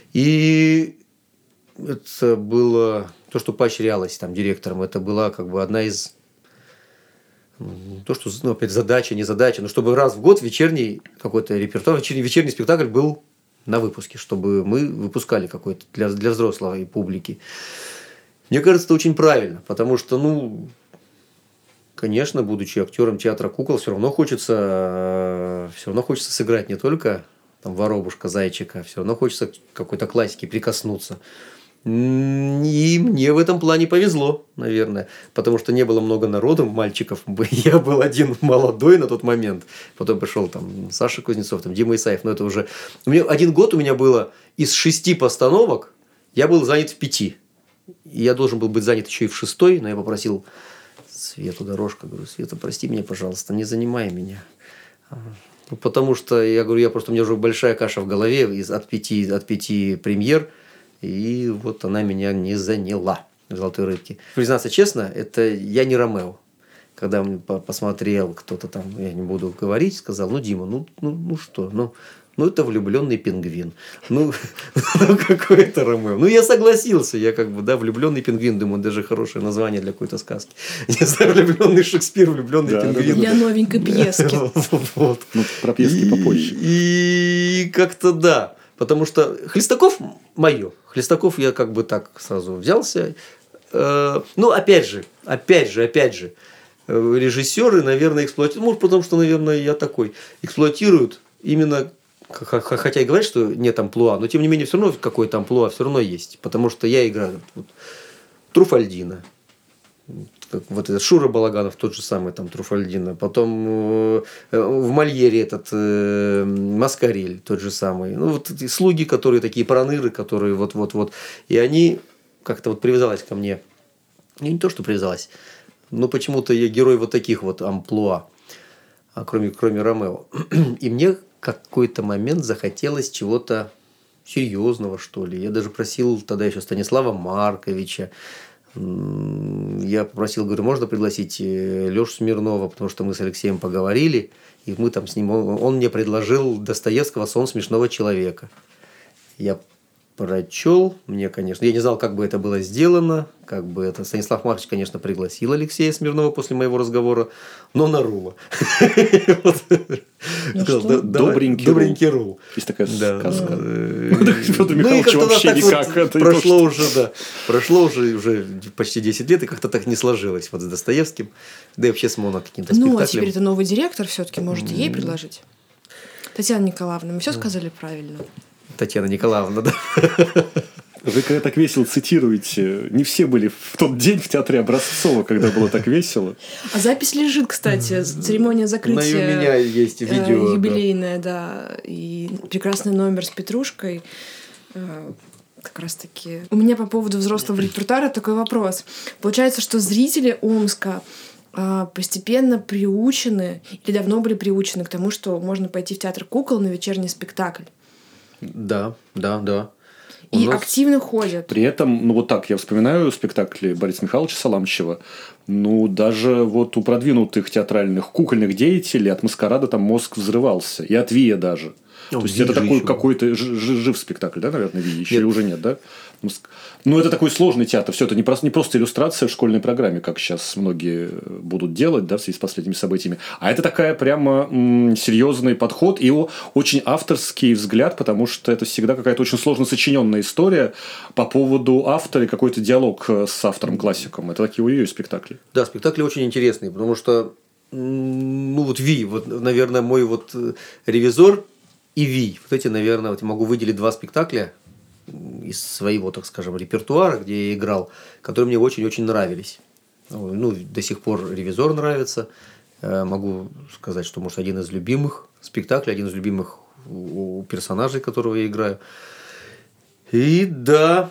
И это было то, что поощрялось там директором. Это была как бы одна из то, что, ну, опять, задача, не задача, но чтобы раз в год вечерний какой-то репертуар, вечерний, вечерний спектакль был на выпуске, чтобы мы выпускали какой-то для, для взрослой публики. Мне кажется, это очень правильно, потому что, ну, конечно, будучи актером театра кукол, все равно хочется, все равно хочется сыграть не только там Воробушка, Зайчика, все равно хочется к какой-то классике прикоснуться. И мне в этом плане повезло, наверное, потому что не было много народу, мальчиков. Я был один молодой на тот момент. Потом пришел там Саша Кузнецов, там Дима Исаев. Но это уже... У меня один год у меня было из шести постановок, я был занят в пяти. И я должен был быть занят еще и в шестой, но я попросил Свету Дорожко, говорю, Света, прости меня, пожалуйста, не занимай меня. Ну, потому что, я говорю, я просто, у меня уже большая каша в голове из, от, пяти, от пяти премьер, и вот она меня не заняла в «Золотой рыбке». Признаться честно, это я не Ромео. Когда посмотрел кто-то там, я не буду говорить, сказал, ну, Дима, ну, ну, ну что, ну... Ну, это влюбленный пингвин. Ну, ну какой это Ромео? Ну, я согласился. Я как бы, да, влюбленный пингвин. Думаю, даже хорошее название для какой-то сказки. Не знаю, влюбленный Шекспир, влюбленный да, пингвин. Для новенькой пьески. Вот. Ну, про пьески попозже. И как-то да. Потому что Хлестаков мое. Хлестаков я как бы так сразу взялся. Ну, опять же, опять же, опять же, режиссеры, наверное, эксплуатируют. Может, потому что, наверное, я такой. Эксплуатируют именно... Хотя и говорят, что нет амплуа, но тем не менее все равно какое-то амплуа все равно есть. Потому что я играю вот, Труфальдина. Вот этот Шура Балаганов, тот же самый там Труфальдина. Потом э, в Мольере этот э, Маскарель, тот же самый. Ну, вот эти слуги, которые такие проныры, которые вот-вот-вот. И они как-то вот привязалась ко мне. Ну, не то, что привязалась, но почему-то я герой вот таких вот амплуа. А кроме, кроме Ромео. И мне какой-то момент захотелось чего-то серьезного, что ли. Я даже просил тогда еще Станислава Марковича. Я попросил, говорю, можно пригласить Лешу Смирнова, потому что мы с Алексеем поговорили, и мы там с ним... Он, он мне предложил Достоевского «Сон смешного человека». Я прочел, мне, конечно... Я не знал, как бы это было сделано, как бы это... Станислав Маркович, конечно, пригласил Алексея Смирнова после моего разговора, но на Рула. Добренький Рул. Есть такая сказка. Петр Михайлович вообще никак. Прошло уже, да, прошло уже уже почти десять лет, и как-то так не сложилось вот с Достоевским, да и вообще с Моно каким-то спектаклем. Ну, а теперь это новый директор все-таки, можете ей предложить. Татьяна Николаевна, мы все сказали правильно. Татьяна Николаевна, да. Вы когда так весело цитируете, не все были в тот день в театре Образцова, когда было так весело. А запись лежит, кстати, церемония закрытия. У меня есть видео. Юбилейная, да. И прекрасный номер с Петрушкой. Как раз таки. У меня по поводу взрослого репертуара такой вопрос. Получается, что зрители Омска постепенно приучены, или давно были приучены к тому, что можно пойти в театр кукол на вечерний спектакль. Да, да, да. У и нас... активно ходят. При этом, ну вот так, я вспоминаю спектакли Бориса Михайловича Саламчева. Ну, даже вот у продвинутых театральных кукольных деятелей от «Маскарада» там мозг взрывался. И от «Вия» даже. Ну, то есть, это такой еще. Какой-то жив спектакль, да, наверное, «Вия»? Еще нет. Уже нет, да? Ну, это такой сложный театр. Все это не просто, не просто иллюстрация в школьной программе, как сейчас многие будут делать, да, в связи с последними событиями. А это такая прямо м- серьезный подход и очень авторский взгляд, потому что это всегда какая-то очень сложно сочиненная история по поводу автора и какой-то диалог с автором-классиком. Это такие у ее спектакли. Да, спектакли очень интересные, потому что, ну, вот «Ви», вот, наверное, мой вот «Ревизор» и «Ви». Вот эти, наверное, вот я могу выделить два спектакля из своего, так скажем, репертуара, где я играл, которые мне очень-очень нравились. Ну, до сих пор «Ревизор» нравится. Могу сказать, что, может, один из любимых спектаклей, один из любимых у персонажей, которого я играю. И да,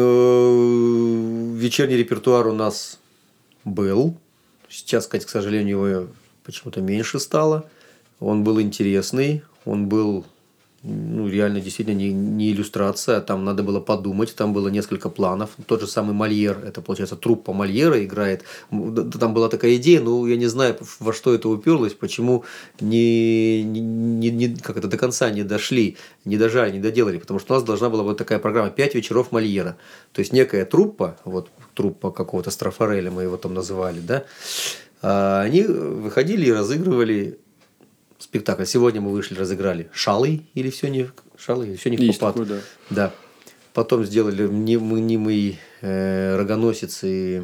вечерний репертуар у нас был. Сейчас, к сожалению, его почему-то меньше стало. Он был интересный, он был... Ну, реально, действительно, не, не иллюстрация, там надо было подумать, там было несколько планов. Тот же самый Мольер, это, получается, труппа Мольера играет. Там была такая идея, но я не знаю, во что это уперлось, почему не, не, не, как это, до конца не дошли, не дожали, не доделали, потому что у нас должна была быть такая программа «Пять вечеров Мольера». То есть, некая труппа, вот труппа какого-то Страфареля, мы его там называли, да, А они выходили и разыгрывали спектакль. Сегодня мы вышли, разыграли «Шалый» или «Все не, Шалый, или все не в Есть попад». такое, да. Да. Потом сделали «Мнимый э, рогоносец» и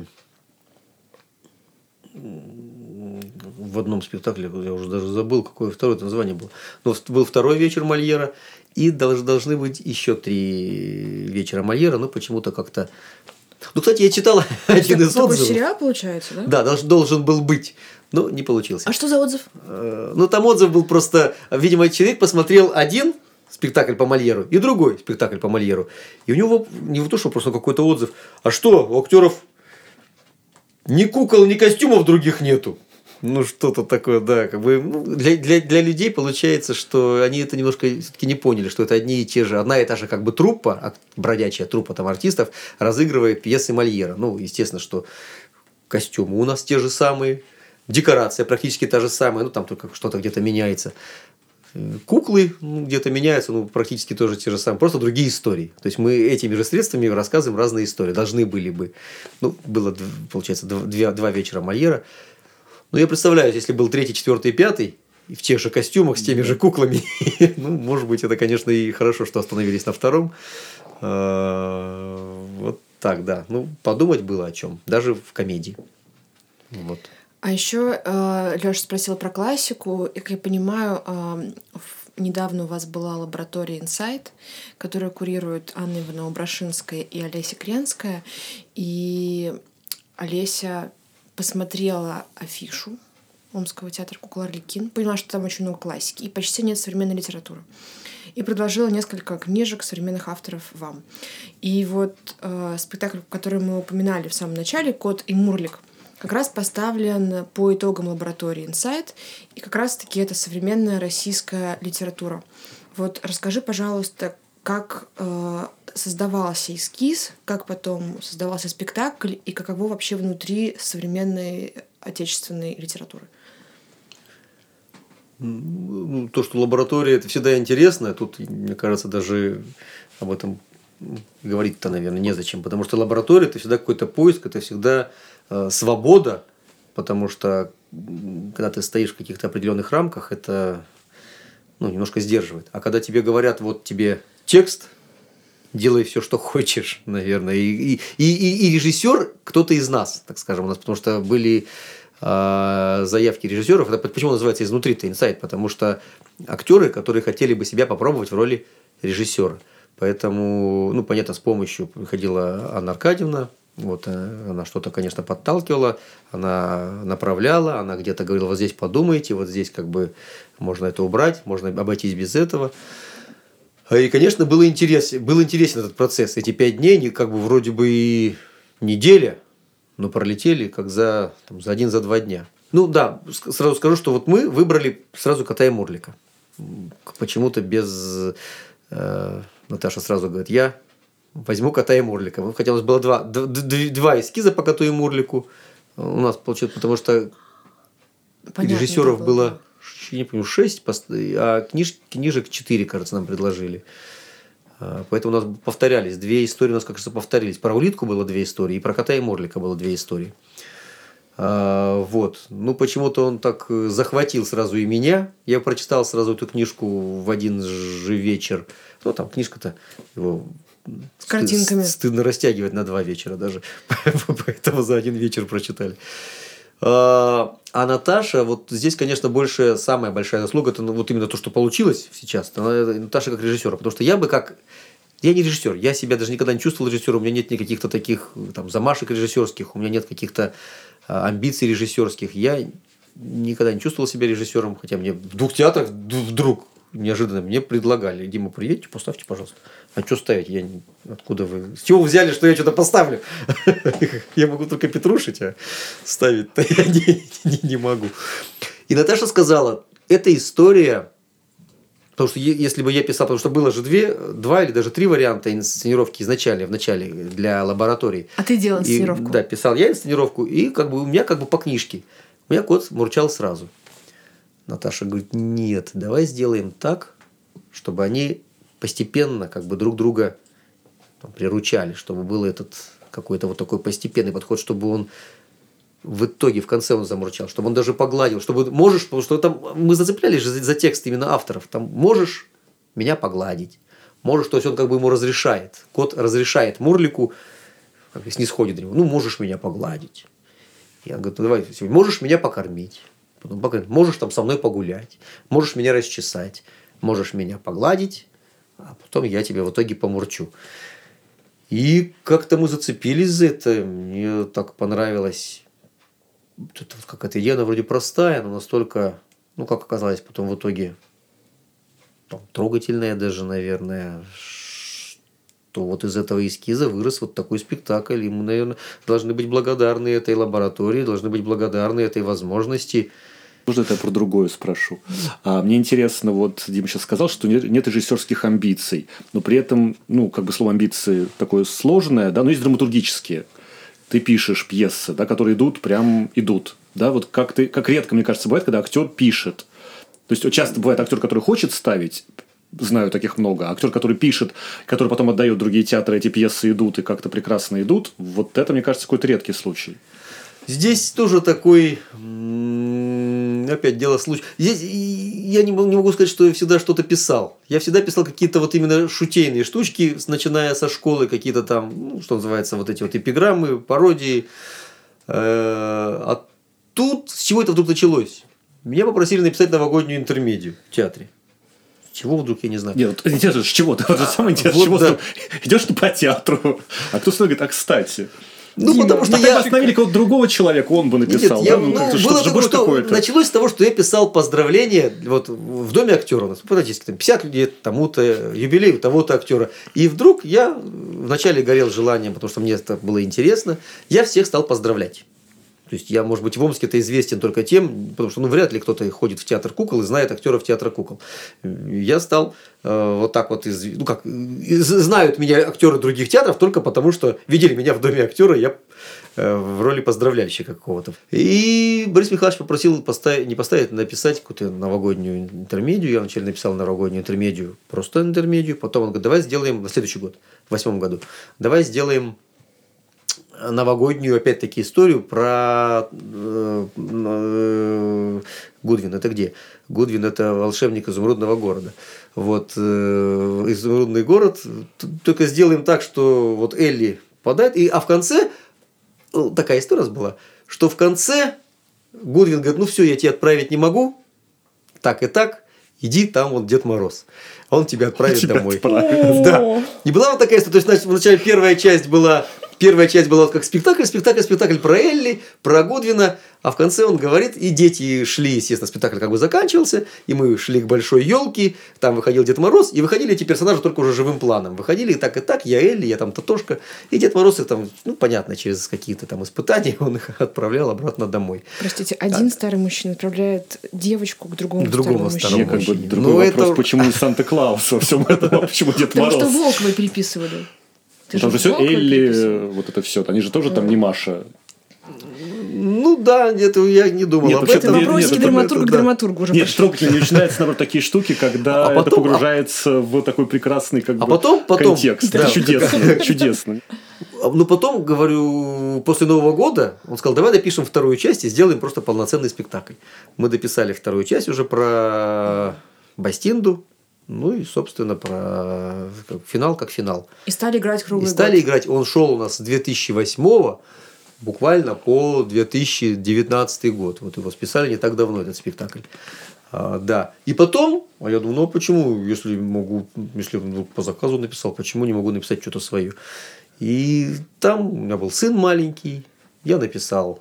в одном спектакле, я уже даже забыл, какое второе название было. Но был второй вечер Мольера, и долж, должны быть еще три вечера Мольера, но почему-то как-то... Ну, кстати, я читал один из такой отзывов. сериал получается, да? Да, должен, должен был быть, но не получился. А что за отзыв? Ну, там отзыв был просто... Видимо, человек посмотрел один спектакль по Мольеру и другой спектакль по Мольеру. И у него не то, что просто какой-то отзыв, а что, у актеров ни кукол, ни костюмов других нету. Ну, что-то такое, да. Как бы, ну, для, для, для людей получается, что они это немножко все-таки не поняли, что это одни и те же, одна и та же как бы труппа, бродячая труппа там артистов, разыгрывает пьесы Мольера. Ну, естественно, что костюмы у нас те же самые, декорация практически та же самая, ну, там только что-то где-то меняется. Куклы ну, где-то меняются, ну, практически тоже те же самые, просто другие истории. То есть, мы этими же средствами рассказываем разные истории. Должны были бы. Ну, было, получается, два, два вечера Мольера. Ну, я представляю, если был третий, четвертый, пятый, в тех же костюмах, с теми же куклами, ну, может быть, это, конечно, и хорошо, что остановились на втором. Вот так, да. Ну, подумать было о чем. Даже в комедии. Вот. А еще э, Леша спросил про классику. И, как я понимаю, э, недавно у вас была лаборатория «Инсайт», которую курируют Анна Иванова-Брашинская и Олеся Кренская. И Олеся посмотрела афишу Омского театра «Кукол Арлекин», поняла, что там очень много классики и почти нет современной литературы. И предложила несколько книжек современных авторов вам. И вот э, спектакль, который мы упоминали в самом начале, «Кот и Мурлик», как раз поставлен по итогам лаборатории «Инсайт», и как раз-таки это современная российская литература. Вот расскажи, пожалуйста, как э, создавался эскиз, как потом создавался спектакль, и каково вообще внутри современной отечественной литературы? Ну, то, что лаборатория, это всегда интересно. Тут, мне кажется, даже об этом говорить-то, наверное, незачем. Потому что лаборатория – это всегда какой-то поиск, это всегда э, свобода. Потому что, когда ты стоишь в каких-то определенных рамках, это ну, немножко сдерживает. А когда тебе говорят, вот тебе текст, делай все, что хочешь, наверное. И, и, и, и режиссер кто-то из нас, так скажем, у нас, потому что были э, заявки режиссеров. Это почему называется изнутри-то инсайт? Потому что актеры, которые хотели бы себя попробовать в роли режиссера. Поэтому, ну, понятно, с помощью приходила Анна Аркадьевна. Вот, она что-то, конечно, подталкивала, она направляла, она где-то говорила, вот здесь подумайте, вот здесь как бы можно это убрать, можно обойтись без этого. И, конечно, было интерес, был интересен этот процесс. Эти пять дней, они как бы вроде бы и неделя, но пролетели как за, там, за один, за два дня. Ну да, сразу скажу, что вот мы выбрали сразу Кота и Мурлика. Почему-то без... Э, Наташа сразу говорит, я возьму Кота и Мурлика. Хотя у нас было два, д- д- два эскиза по Коту и Мурлику. У нас получилось, потому что понятно, режиссеров было... было я не помню, шесть, а книж, книжек четыре, кажется, нам предложили. Поэтому у нас повторялись. Две истории у нас, кажется, повторились. Про улитку было две истории, и про Кота и Мурлика было две истории. Вот. Ну, почему-то он так захватил сразу и меня. Я прочитал сразу эту книжку в один же вечер. Ну, там книжка-то его... С картинками. Стыдно растягивать на два вечера даже. Поэтому за один вечер прочитали. А Наташа, вот здесь, конечно, больше самая большая заслуга, это вот именно то, что получилось сейчас. Наташа как режиссера, потому что я бы как... Я не режиссер, я себя даже никогда не чувствовал режиссером, у меня нет никаких-то таких там, замашек режиссерских, у меня нет каких-то амбиций режиссерских. Я никогда не чувствовал себя режиссером, хотя мне в двух театрах вдруг неожиданно мне предлагали: Дима, приедьте, поставьте, пожалуйста. А что ставить? Я не... Откуда вы? С чего вы взяли, что я что-то поставлю? Я могу только петрушить, а ставить-то я не, не, не могу. И Наташа сказала, эта история... Потому что если бы я писал, потому что было же две, два или даже три варианта инсценировки изначально, в начале для лаборатории. А ты делал инсценировку? И, да, писал я инсценировку, и как бы у меня как бы по книжке. У меня кот мурчал сразу. Наташа говорит, нет, давай сделаем так, чтобы они постепенно как бы друг друга там, приручали, чтобы был этот какой-то вот такой постепенный подход, чтобы он в итоге, в конце он замурчал, чтобы он даже погладил, чтобы можешь, потому что там мы зацеплялись же за, за текст именно авторов, там можешь меня погладить, можешь, то есть он как бы ему разрешает, кот разрешает Мурлику, как бы снисходит до него, ну можешь меня погладить. Я говорю, ну давай, можешь меня покормить, потом покормить, можешь там со мной погулять, можешь меня расчесать, можешь меня погладить, а потом я тебе в итоге помурчу. И как-то мы зацепились за это, мне так понравилось. Это какая-то идея, она вроде простая, но настолько, ну, как оказалось, потом в итоге там, трогательная даже, наверное, что вот из этого эскиза вырос вот такой спектакль. И мы, наверное, должны быть благодарны этой лаборатории, должны быть благодарны этой возможности. Можно это про другое спрошу? А, мне интересно, вот Дима сейчас сказал, что нет, нет режиссерских амбиций, но при этом, ну, как бы слово амбиции такое сложное, да, но есть драматургические. Ты пишешь пьесы, да, которые идут, прям идут. Да, вот как, ты, как редко, мне кажется, бывает, когда актер пишет. То есть, часто бывает актер, который хочет ставить, знаю таких много, а актер, который пишет, который потом отдает другие театры, эти пьесы идут и как-то прекрасно идут. Вот это, мне кажется, какой-то редкий случай. Здесь тоже такой... Опять дело случая. Здесь я не могу сказать, что я всегда что-то писал. Я всегда писал какие-то вот именно шутейные штучки, начиная со школы, какие-то там, ну, что называется, вот эти вот эпиграммы, пародии. А тут с чего это вдруг началось? Меня попросили написать новогоднюю интермедию в театре. С чего вдруг, я не знаю. Нет, интересно, с чего? Это вот самое интересное, вот, с чего да. Идешь ты по театру, а кто говорит, а кстати... Ну, Дима, потому что я... остановили какого-то другого человека, он бы написал. Нет, я, да? ну, ну, что, было такое, что такое-то? началось с того, что я писал поздравления вот, в доме актера. У нас практически там, пятьдесят людей, тому-то юбилей у того-то актера. И вдруг я вначале горел желанием, потому что мне это было интересно, я всех стал поздравлять. То есть я, может быть, в Омске-то известен только тем, потому что ну, вряд ли кто-то ходит в театр кукол и знает актеров театра кукол. Я стал э, вот так вот, из, ну как, из, знают меня актеры других театров только потому, что видели меня в доме актера, я э, в роли поздравляющего какого-то. И Борис Михайлович попросил поставить, не поставить, написать какую-то новогоднюю интермедию. Я вначале написал новогоднюю интермедию, просто интермедию. Потом он говорит, давай сделаем на следующий год, в восьмом году, давай сделаем новогоднюю, опять-таки, историю про э, э, Гудвин. Это где? Гудвин – это волшебник изумрудного города. Вот, э, изумрудный город. Только сделаем так, что вот Элли попадает. И, а в конце, такая история была, что в конце Гудвин говорит, ну все, я тебя отправить не могу, так и так, иди, там вот Дед Мороз. Он тебя отправит тебя домой. Отправит. Да. Не была вот такая история. То есть, значит, вначале первая часть была... Первая часть была вот как спектакль, спектакль, спектакль про Элли, про Гудвина, а в конце он говорит, и дети шли, естественно, спектакль как бы заканчивался, и мы шли к большой елке, там выходил Дед Мороз, и выходили эти персонажи только уже живым планом. Выходили и так, и так, я Элли, я там Татошка, и Дед Мороз, и там, ну, понятно, через какие-то там испытания он их отправлял обратно домой. Простите, один а... старый мужчина отправляет девочку к другому, к другому старому мужчине. Как бы другой ну, вопрос, это... почему не Санта-Клаус во всем этом, почему Дед Мороз? Потому что Волкова переписывали. Ты там же все Элли, вот это все. Они же тоже там не Маша. Ну да, это я не думал нет, об этом. Это вопросики драматурга к да. драматургу уже. Нет, трогательно не начинаются, наоборот, такие штуки, когда а потом, это погружается а... в такой прекрасный как а бы, потом, потом, контекст. Да. Это чудесно, чудесно. Ну потом, говорю, после Нового года он сказал, давай допишем вторую часть и сделаем просто полноценный спектакль. Мы дописали вторую часть уже про Бастинду. Ну и, собственно, про финал как финал. И стали играть круглый год. И стали год. играть. Он шел у нас с две тысячи восьмого буквально по две тысячи девятнадцатый год. Вот его списали не так давно, этот спектакль. А, да. И потом, а я думаю, ну а почему, если могу, если вдруг по заказу написал, почему не могу написать что-то свое? И там у меня был сын маленький, я написал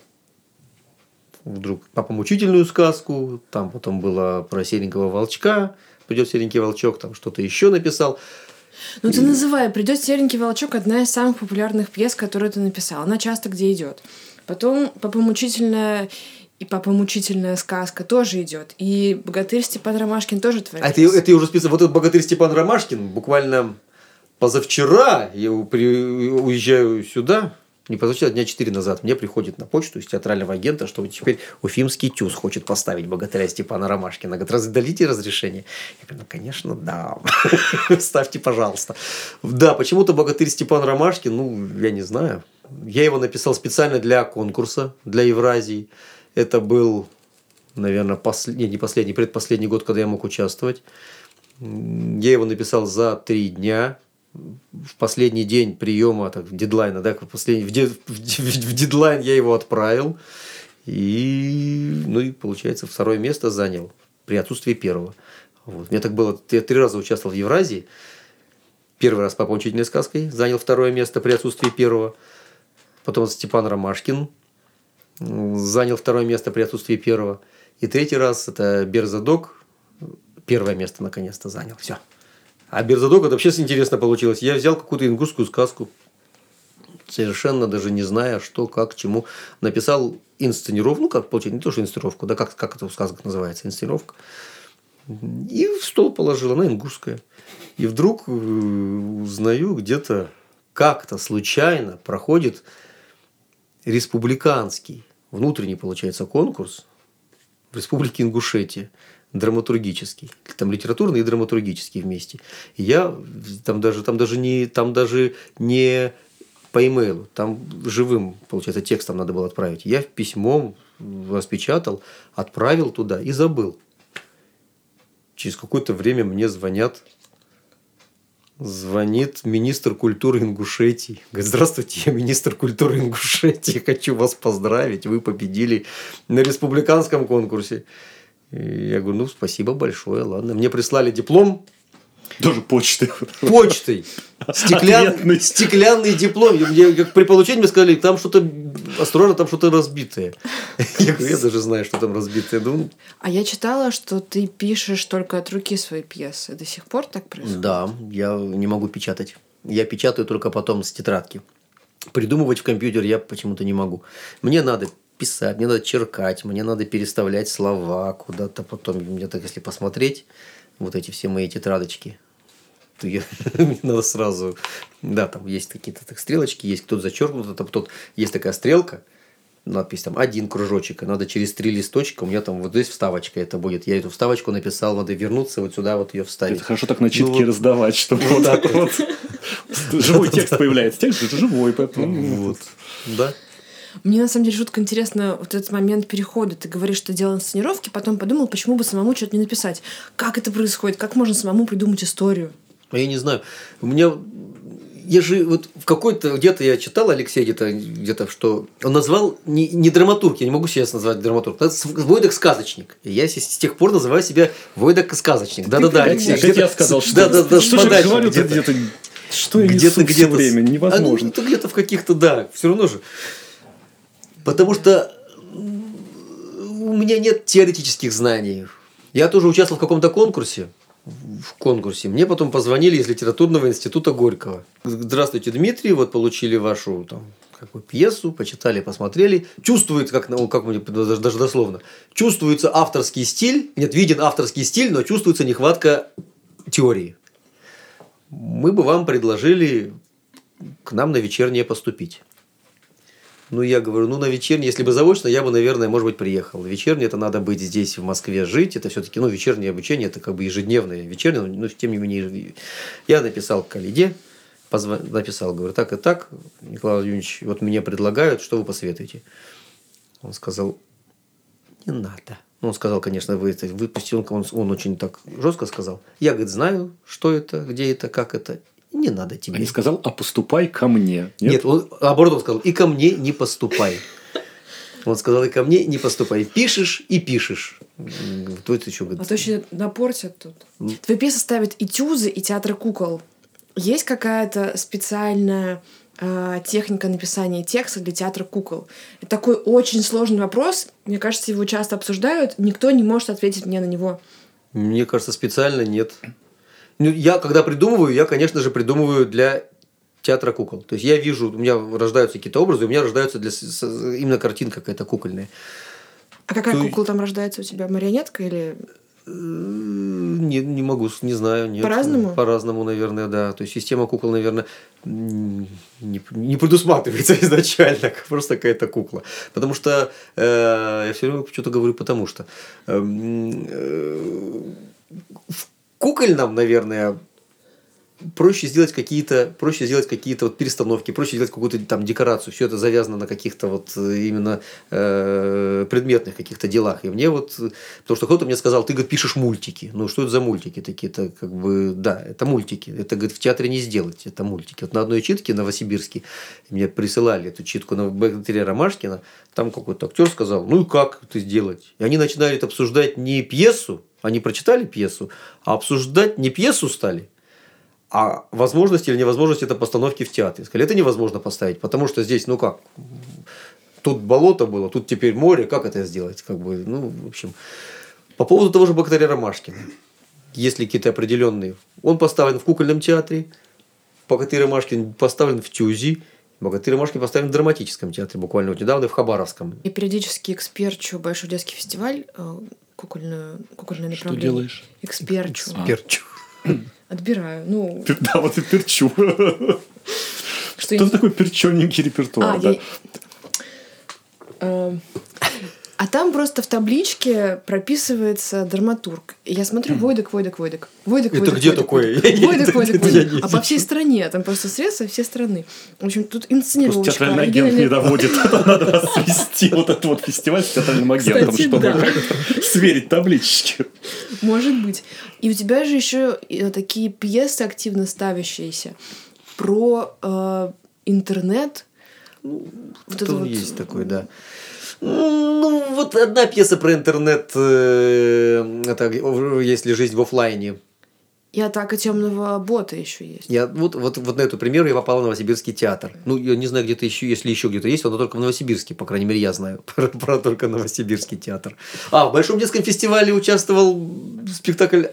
вдруг «Папа-мучительную сказку», там потом было про серенького волчка, «Придет серенький волчок», там что-то еще написал. Ну, ты называй «Придет серенький волчок» одна из самых популярных пьес, которые ты написал. Она часто где идет. Потом «Папа-мучительная» и «Папа-мучительная сказка» тоже идет. И «Богатырь Степан Ромашкин» тоже твоя а пьеса. Это, это я уже списал. Вот этот «Богатырь Степан Ромашкин» буквально позавчера я при... уезжаю сюда. Не позавчера, дня четыре назад мне приходит на почту из театрального агента, что теперь Уфимский ТЮЗ хочет поставить «Богатыря Степана Ромашкина». Говорит, раз, дадите разрешение? Я говорю, ну, конечно, да. Ставьте, пожалуйста. Да, почему-то «Богатырь Степан Ромашкин», ну, я не знаю. Я его написал специально для конкурса, для Евразии. Это был, наверное, последний, не последний, предпоследний год, когда я мог участвовать. Я его написал за три дня. В последний день приема, так, дедлайна, да, в, последний, в, дед, в, в дедлайн я его отправил. И, ну и, получается, второе место занял при отсутствии первого. Вот. У меня так было, я три раза участвовал в Евразии. Первый раз «Папа учительной сказкой» занял второе место при отсутствии первого. Потом Степан Ромашкин занял второе место при отсутствии первого. И третий раз это Берзадок первое место наконец-то занял. Все. А Берзадок, это вообще интересно получилось. Я взял какую-то ингушскую сказку, совершенно даже не зная, что, как, чему. Написал инсценировку, ну, как получить, не то, что инсценировку, да, как, как это в сказках называется, инсценировка. И в стол положил, она ингушская. И вдруг узнаю, где-то как-то случайно проходит республиканский, внутренний, получается, конкурс в Республике Ингушетия. Драматургический, там литературный и драматургический вместе. И я там даже, там даже не, там даже не по имейлу, там живым, получается, текстом надо было отправить. Я письмом распечатал, отправил туда и забыл. Через какое-то время мне звонят, звонит министр культуры Ингушетии. Говорит: здравствуйте, я министр культуры Ингушетии, хочу вас поздравить, вы победили на республиканском конкурсе. И я говорю: ну, спасибо большое, ладно. Мне прислали диплом. Тоже почтой. Почтой. Стеклянный, стеклянный диплом. Мне, как при получении мне сказали: там что-то, осторожно, там что-то разбитое. Я говорю: я даже знаю, что там разбитое. Думаю, а я читала, что ты пишешь только от руки свои пьесы. До сих пор так происходит? Да, я не могу печатать. Я печатаю только потом с тетрадки. Придумывать в компьютер я почему-то не могу. Мне надо писать, мне надо черкать, мне надо переставлять слова куда-то потом. Мне так, если посмотреть вот эти все мои тетрадочки, то я, мне надо сразу... Да, там есть какие-то так стрелочки, есть кто-то зачеркнут, там кто-то... Есть такая стрелка, надпись там один кружочек, и надо через три листочка, у меня там вот здесь вставочка это будет. Я эту вставочку написал, надо вернуться вот сюда, вот ее вставить. Это хорошо так начитки ну, раздавать, чтобы вот так вот живой текст появляется. Текст же живой, поэтому... Вот, да. Мне на самом деле жутко интересно вот этот момент перехода. Ты говоришь, что делал инсценировки, потом подумал, почему бы самому что-то не написать. Как это происходит? Как можно самому придумать историю? Я не знаю. У меня... Я же вот в какой-то... Где-то я читал Алексея где-то, где-то что... Он назвал... Не, не драматург, я не могу сейчас назвать драматург. Это Войдак-сказочник. И я с тех пор называю себя Войдак-сказочник. Да-да-да, Алексей. Опять я сказал, что... Да-да-да, что же я говорю где-то... Что я несу все время? Невозможно. А, ну, где-то в каких-то... Да, все равно же... Потому что у меня нет теоретических знаний. Я тоже участвовал в каком-то конкурсе. В конкурсе. Мне потом позвонили из литературного института Горького. Здравствуйте, Дмитрий, вот получили вашу там, какую пьесу, почитали, посмотрели. Чувствуется, как, ну, как даже, даже дословно, чувствуется авторский стиль. Нет, виден авторский стиль, но чувствуется нехватка теории. Мы бы вам предложили к нам на вечернее поступить. Ну, я говорю, ну, на вечернее, если бы заочно, я бы, наверное, может быть, приехал. Вечернее, это надо быть здесь, в Москве, жить. Это все-таки, ну, вечернее обучение, это как бы ежедневное вечернее, но, тем не менее, я написал к Алиде, позвон... написал, говорю, так и так, Николай Владимирович, вот мне предлагают, что вы посоветуете? Он сказал, не надо. Ну, он сказал, конечно, вы это выпустил, он, он очень так жестко сказал. Я, говорит, знаю, что это, где это, как это. Не надо тебе. А не сказал, а поступай ко мне. Нет, Нет он, наоборот, он сказал, и ко мне не поступай. Он сказал, и ко мне не поступай. Пишешь и пишешь. Кто это еще говорит? А то еще напортят тут. Mm. Твои пьесы ставят и тюзы, и театры кукол. Есть какая-то специальная э, техника написания текста для театра кукол? Это такой очень сложный вопрос. Мне кажется, его часто обсуждают. Никто не может ответить мне на него. Мне кажется, специально нет. Я, когда придумываю, я, конечно же, придумываю для театра кукол. То есть, я вижу, у меня рождаются какие-то образы, у меня рождаются для, именно картинка какая-то кукольная. А какая То... кукла там рождается у тебя? Марионетка или... Не, не могу, не знаю. Нет. По-разному? По-разному, наверное, да. То есть, система кукол, наверное, не, не предусматривается изначально. Просто какая-то кукла. Потому что, э, я все время что-то говорю, потому что... Э, э, в кукольном, наверное, проще сделать какие-то, проще сделать какие-то вот перестановки, проще сделать какую-то там декорацию. Все это завязано на каких-то вот именно э, предметных каких-то делах. И мне вот, потому что кто-то мне сказал, ты, говорит, пишешь мультики. Ну, что это за мультики такие-то? Как бы, да, это мультики. Это, говорит, в театре не сделать. Это мультики. Вот на одной читке Новосибирске мне присылали эту читку на богатыря Ромашкина. Там какой-то актер сказал, ну и как это сделать? И они начинали это обсуждать не пьесу, они прочитали пьесу, а обсуждать не пьесу стали, а возможность или невозможность это постановки в театре. Сказали, это невозможно поставить, потому что здесь, ну как, тут болото было, тут теперь море, как это сделать? Как бы, ну, в общем, по поводу того же богатыря Ромашкина, есть ли какие-то определенные, он поставлен в кукольном театре, богатырь Ромашкин поставлен в Тюзи, богатырь Ромашкин поставлен в драматическом театре, буквально вот недавно в Хабаровском. Я периодически эксперчу Большой детский фестиваль, кукольное, кукольное направление. Что делаешь? Эксперчу. Эксперчу. Отбираю. Ну... Да, вот и перчу. Что это такой перчененький репертуар? А, я... а там просто в табличке прописывается драматург. И я смотрю, Войдек, Войдек, Войдек. Войдек, это Войдек, где Войдек, такое? Войдек, Войдек, Войдек. А по всей стране. Там просто средства всей страны. В общем, тут инсценировочка. Театральный агент не доводит. Надо свести вот этот вот фестиваль с театральным агентом, чтобы сверить таблички. Может быть. И у тебя же еще такие пьесы активно ставящиеся про э, интернет. Вот это вот... есть такой, да. Ну, вот одна пьеса про интернет, э, это если жизнь в офлайне. И атака темного бота еще есть. Я вот, вот, вот на эту премьеру я попал в Новосибирский театр. Ну, я не знаю, где-то еще, если еще где-то есть, он только в Новосибирске, по крайней мере, я знаю про, про только Новосибирский театр. А, в Большом детском фестивале участвовал спектакль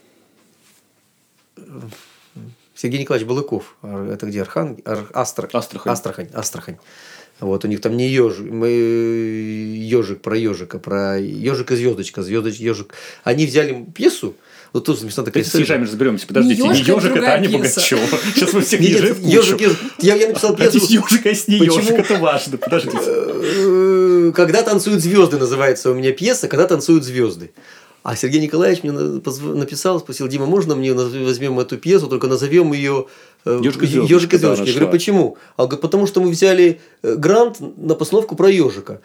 Сергей Николаевич Балыков. Это где? Архан... Ар... Астр... Астрахань. Астрахань. Астрахань. Вот у них там не ежик, мы ежик про ежика, про ежик и звездочка, звездочка, ежик. Они взяли пьесу. Вот тут смешно такая история. С ежами разберемся. Подождите, не ежик, это Аня Пугачева. Сейчас вы всех ежей в кучу. Я, я написал пьесу. Ежик, а с не ежик, это важно. Подождите. Когда танцуют звезды называется у меня пьеса, когда танцуют звезды. А Сергей Николаевич мне написал, спросил, Дима, можно мне возьмем эту пьесу, только назовем ее «Ежик и звездочка». «Ежик и звездочка». Я говорю, почему? А он говорит, потому что мы взяли грант на постановку про ежика.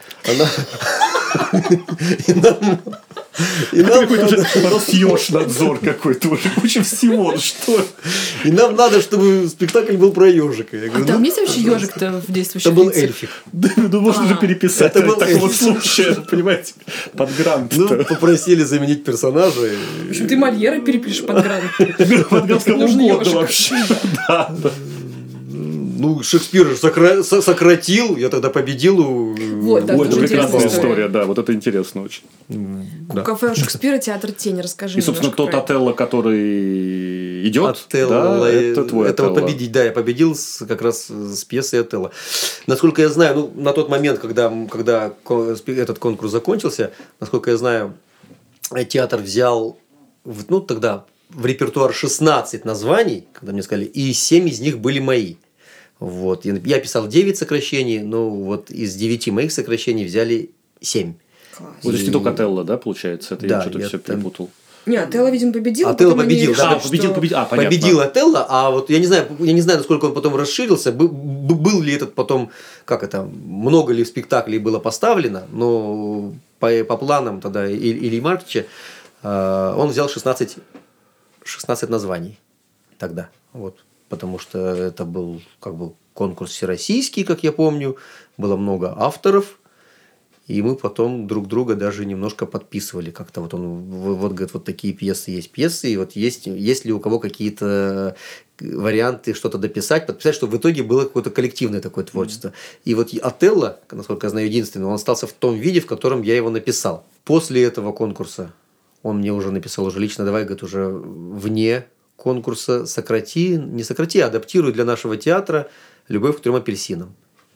И нам какой-то уже Росъёжнадзор какой-то, уже куча всего, что? И нам надо, чтобы спектакль был про ежика. А там есть вообще ежик-то в действующем Это был эльфик. Да, ну можно же переписать такого случая, понимаете, под грант. Ну, попросили заменить персонажа. В общем, ты Мольера перепишешь под грант. Под грант кого угодно вообще. Да, да. Ну, Шекспир же сокра... сократил, я тогда победил. Вот, да, Ой, это прекрасная история. история, да, вот это интересно очень. Да. Кафе у Шекспира, театр тени, расскажи. И, собственно, тот про... Отелло, который идет, Отелло, да, это твой это Отелло. Победить, да, я победил с, как раз с пьесой Отелло. Насколько я знаю, ну, на тот момент, когда, когда этот конкурс закончился, насколько я знаю, театр взял, ну, тогда в репертуар шестнадцать названий, когда мне сказали, и семь из них были мои. Вот. Я писал девять сокращений, но вот из девяти моих сокращений взяли семь. Класс. Вот здесь не только Отелло, да, получается? Это да, я что-то я все там... перепутал. Нет, Отелло, видимо, победил. Отелло победил, да. А, победил, победил. А, понятно. Победил Отелло, а вот я не знаю, я не знаю, насколько он потом расширился, был, был ли этот потом, как это, много ли спектаклей было поставлено, но по, по планам тогда Ильи Марковича он взял шестнадцать, шестнадцать названий тогда, вот. Потому что это был как бы конкурс всероссийский, как я помню, было много авторов, и мы потом друг друга даже немножко подписывали. Как-то вот он, вот, говорит, вот такие пьесы есть пьесы, и вот есть, есть ли у кого какие-то варианты что-то дописать, подписать, чтобы в итоге было какое-то коллективное такое творчество. Mm-hmm. И вот Отелло, насколько я знаю, единственный, он остался в том виде, в котором я его написал. После этого конкурса он мне уже написал уже лично, давай, говорит, уже вне конкурса сократи, не сократи, а адаптируй для нашего театра «Любовь к трем апельсинам».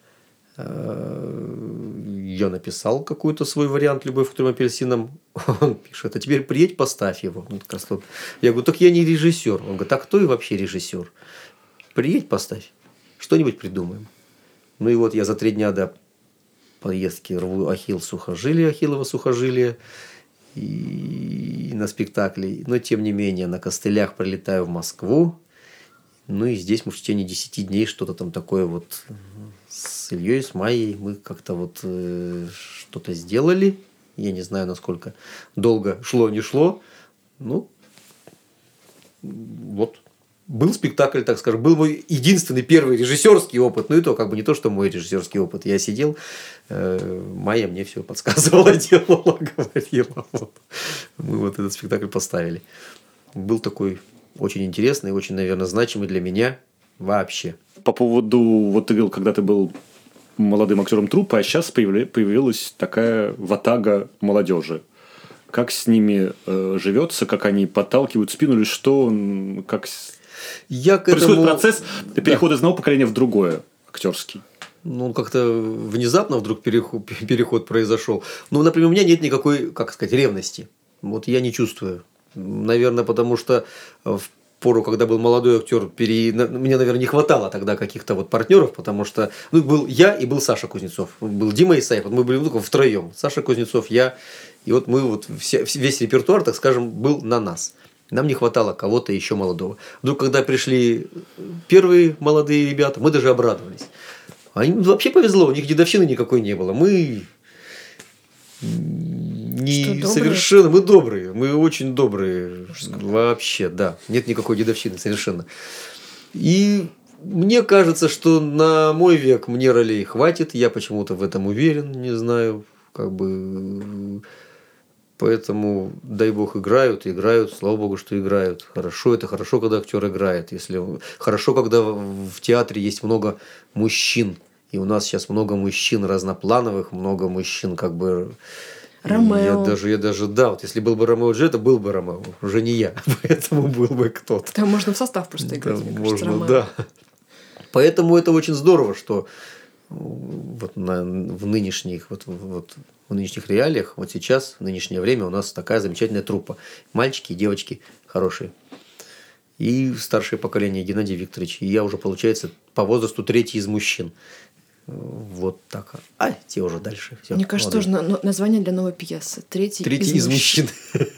Я написал какой-то свой вариант «Любовь к трем апельсинам». Он пишет, а теперь приедь, поставь его. Я говорю, так я не режиссер. Он говорит, а кто и вообще режиссер? Приедь, поставь. Что-нибудь придумаем. Ну и вот я за три дня до поездки рву ахилл сухожилие, ахиллово сухожилие. И на спектакле, но тем не менее на костылях прилетаю в Москву, Ну и здесь мы в течение десяти дней что-то там такое вот с Ильей, с Майей мы как-то вот э, что-то сделали. Я не знаю, насколько долго шло, не шло. Ну, вот. Был спектакль, так скажем. Был мой единственный первый режиссерский опыт. Ну и то, как бы не то, что мой режиссерский опыт. Я сидел, э, Майя мне все подсказывала, делала, говорила. Вот. Мы вот этот спектакль поставили. Был такой очень интересный, очень, наверное, значимый для меня вообще. По поводу, вот ты говорил, когда ты был молодым актером труппы, а сейчас появля- появилась такая ватага молодежи. Как с ними э, живется, как они подталкивают спину, или что, как Я к происходит этому... процесс перехода да. из одного поколения в другое, актерский? Ну, как-то внезапно вдруг переход, переход произошел. Ну, например, у меня нет никакой, как сказать, ревности. Вот я не чувствую. Наверное, потому что в пору, когда был молодой актер, пере... мне, наверное, не хватало тогда каких-то вот партнеров, потому что ну, был я и был Саша Кузнецов. Был Дима Исаев. Вот мы были ну, втроем. Саша Кузнецов, я. И вот мы вот все, весь репертуар, так скажем, был на нас. Нам не хватало кого-то еще молодого. Вдруг, когда пришли первые молодые ребята, мы даже обрадовались. А им вообще повезло, у них дедовщины никакой не было. Мы не совершенно, мы добрые, мы очень добрые. Вообще, да. Нет никакой дедовщины совершенно. И мне кажется, что на мой век мне ролей хватит. Я почему-то в этом уверен, не знаю, как бы... Поэтому, дай бог, играют, играют, слава богу, что играют. Хорошо, это хорошо, когда актер играет. Если... Хорошо, когда в театре есть много мужчин. И у нас сейчас много мужчин разноплановых, много мужчин как бы... Ромео. Я даже, я даже, да, вот если был бы Ромео Джульетта, был бы Ромео, уже не я, поэтому был бы кто-то. Там можно в состав просто играть, Там мне можно, кажется, Ромео. Да. Поэтому это очень здорово, что вот на, в нынешних вот, вот в нынешних реалиях, вот сейчас, в нынешнее время у нас такая замечательная труппа. Мальчики и девочки хорошие. И старшее поколение Геннадий Викторович. И я уже, получается, по возрасту третий из мужчин. Вот так. А те уже дальше. Все, Мне кажется, тоже на- название для новой пьесы. Третий, третий из, из мужчин.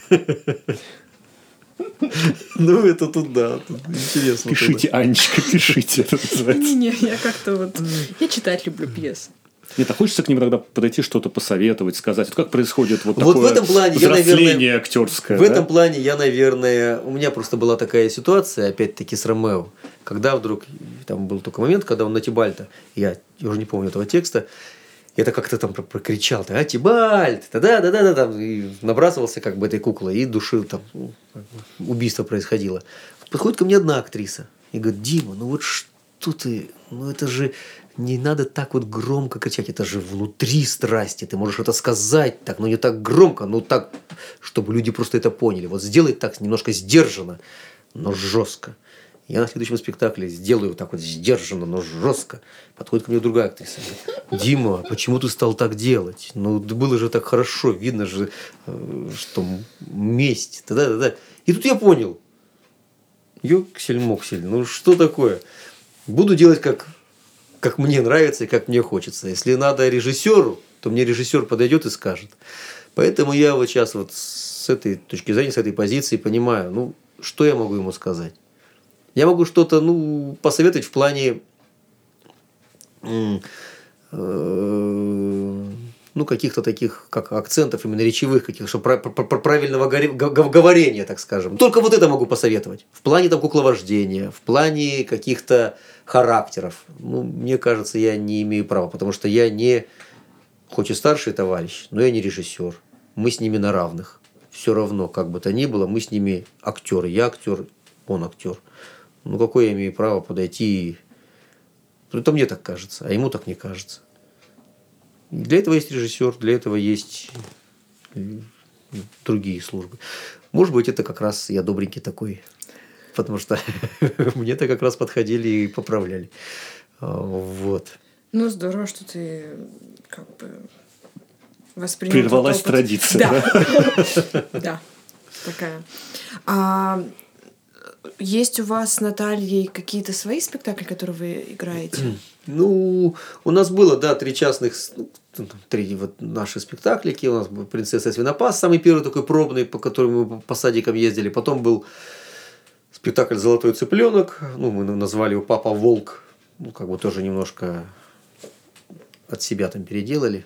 Ну, это тут, да. Интересно. Пишите, Анечка, пишите. Это называется. Не-не, я как-то вот... Я читать люблю пьесы. Нет, а хочется к ним иногда подойти, что-то посоветовать, сказать. Вот как происходит вот, вот такое в этом плане взросление я, наверное, актерское? В да? этом плане я, наверное... У меня просто была такая ситуация, опять-таки, с Ромео. Когда вдруг... Там был только момент, когда он на Тибальта. Я, я уже не помню этого текста. Я-то как-то там прокричал. А, Тибальт! Да-да-да-да! Там, и набрасывался как бы этой куклой. И душил там. Убийство происходило. Подходит ко мне одна актриса. И говорит, Дима, ну вот что ты... Ну это же... Не надо так вот громко кричать, это же внутри страсти, ты можешь это сказать так, но не так громко, но так, чтобы люди просто это поняли. Вот сделай так, немножко сдержанно, но жестко. Я на следующем спектакле сделаю так вот сдержанно, но жестко. Подходит ко мне другая актриса. Говорит, Дима, почему ты стал так делать? Ну, было же так хорошо, видно же, что месть. Да-да-да. И тут я понял. Ёксель-моксель, ну что такое? Буду делать как... как мне нравится и как мне хочется. Если надо режиссеру, то мне режиссер подойдет и скажет. Поэтому я вот сейчас вот с этой точки зрения, с этой позиции понимаю, ну, что я могу ему сказать. Я могу что-то, ну, посоветовать в плане ну, каких-то таких, как акцентов, именно речевых, каких-то, чтобы правильного говорения, так скажем. Только вот это могу посоветовать. В плане там кукловождения, в плане каких-то характеров. Ну, мне кажется, я не имею права, потому что я не, хоть и старший товарищ, но я не режиссер. Мы с ними на равных. Все равно, как бы то ни было, мы с ними актеры. Я актер, он актер. Ну, какое я имею право подойти и... Это мне так кажется, а ему так не кажется. Для этого есть режиссер, для этого есть другие службы. Может быть, это как раз я добренький такой, потому что мне-то как раз подходили и поправляли. Вот. Ну, здорово, что ты как бы воспринял. Прервалась традиция. Да. Да. Такая. А есть у вас с Натальей какие-то свои спектакли, которые вы играете? Ну, у нас было, да, три частных, три вот наши спектаклики. У нас был «Принцесса и свинопас», самый первый такой пробный, по которому мы по садикам ездили. Потом был спектакль «Золотой цыпленок». Ну, мы назвали его «Папа Волк». Ну, как бы тоже немножко от себя там переделали.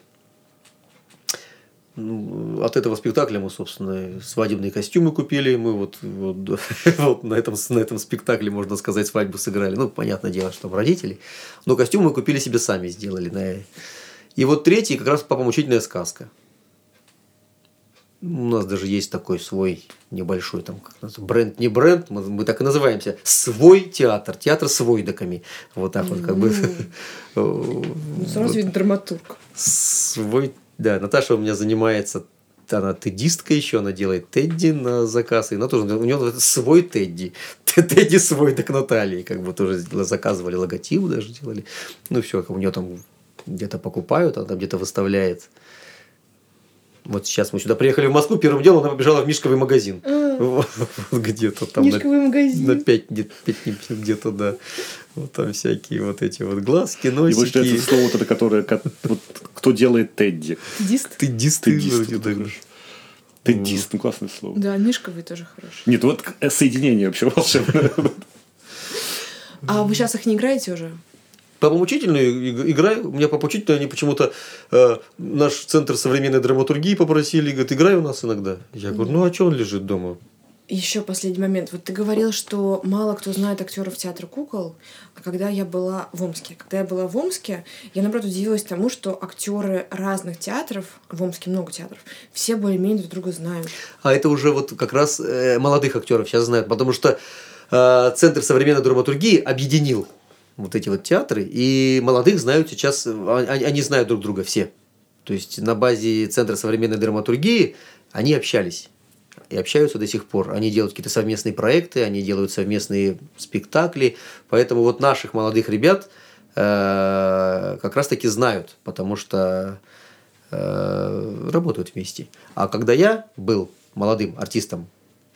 Ну, от этого спектакля мы, собственно, свадебные костюмы купили. Мы вот, вот, вот на, этом, на этом спектакле, можно сказать, свадьбу сыграли. Ну, понятное дело, что там родители. Но костюмы мы купили себе сами, сделали. Да. И вот третий как раз «Папа Мучительная сказка». У нас даже есть такой свой небольшой там, как бренд, не бренд, мы, мы так и называемся. Свой театр. Театр с войдаками. Вот так вот как бы. Сразу видно драматург. Свой. Да, Наташа у меня занимается, она теддистка еще, она делает Тедди на заказ, и она тоже, у нее свой Тедди, Тедди свой, так Натальи, как бы тоже заказывали логотип даже делали, ну все, у нее там где-то покупают, она там где-то выставляет. Вот сейчас мы сюда приехали в Москву, первым делом она побежала в Мишковый магазин. А, вот, где-то там. Мишковый на, магазин. На пять, где-то, да. Вот там всякие вот эти вот глазки, носики. И вот что это слово, вот это, которое, вот, кто делает Тедди. Теддист? Теддист. Теддист. Теддист, ну классное слово. Да, Мишковый тоже хороший. Нет, вот соединение вообще волшебное. А вы сейчас их не играете уже? Папа Мучительную играю. У меня Папа Мучительную, они почему-то э, наш центр современной драматургии попросили. Говорят, играй у нас иногда. Я говорю, ну а что он лежит дома? Еще последний момент. Вот ты говорил, что мало кто знает актеров театра кукол. А когда я была в Омске, когда я была в Омске, я, наоборот, удивилась тому, что актеры разных театров, в Омске много театров, все более-менее друг друга знают. А это уже вот как раз э, молодых актеров сейчас знают, потому что э, Центр современной драматургии объединил вот эти вот театры, и молодых знают сейчас, они, они знают друг друга все. То есть на базе Центра современной драматургии они общались. И общаются до сих пор. Они делают какие-то совместные проекты, они делают совместные спектакли. Поэтому вот наших молодых ребят э, как раз-таки знают, потому что э, работают вместе. А когда я был молодым артистом,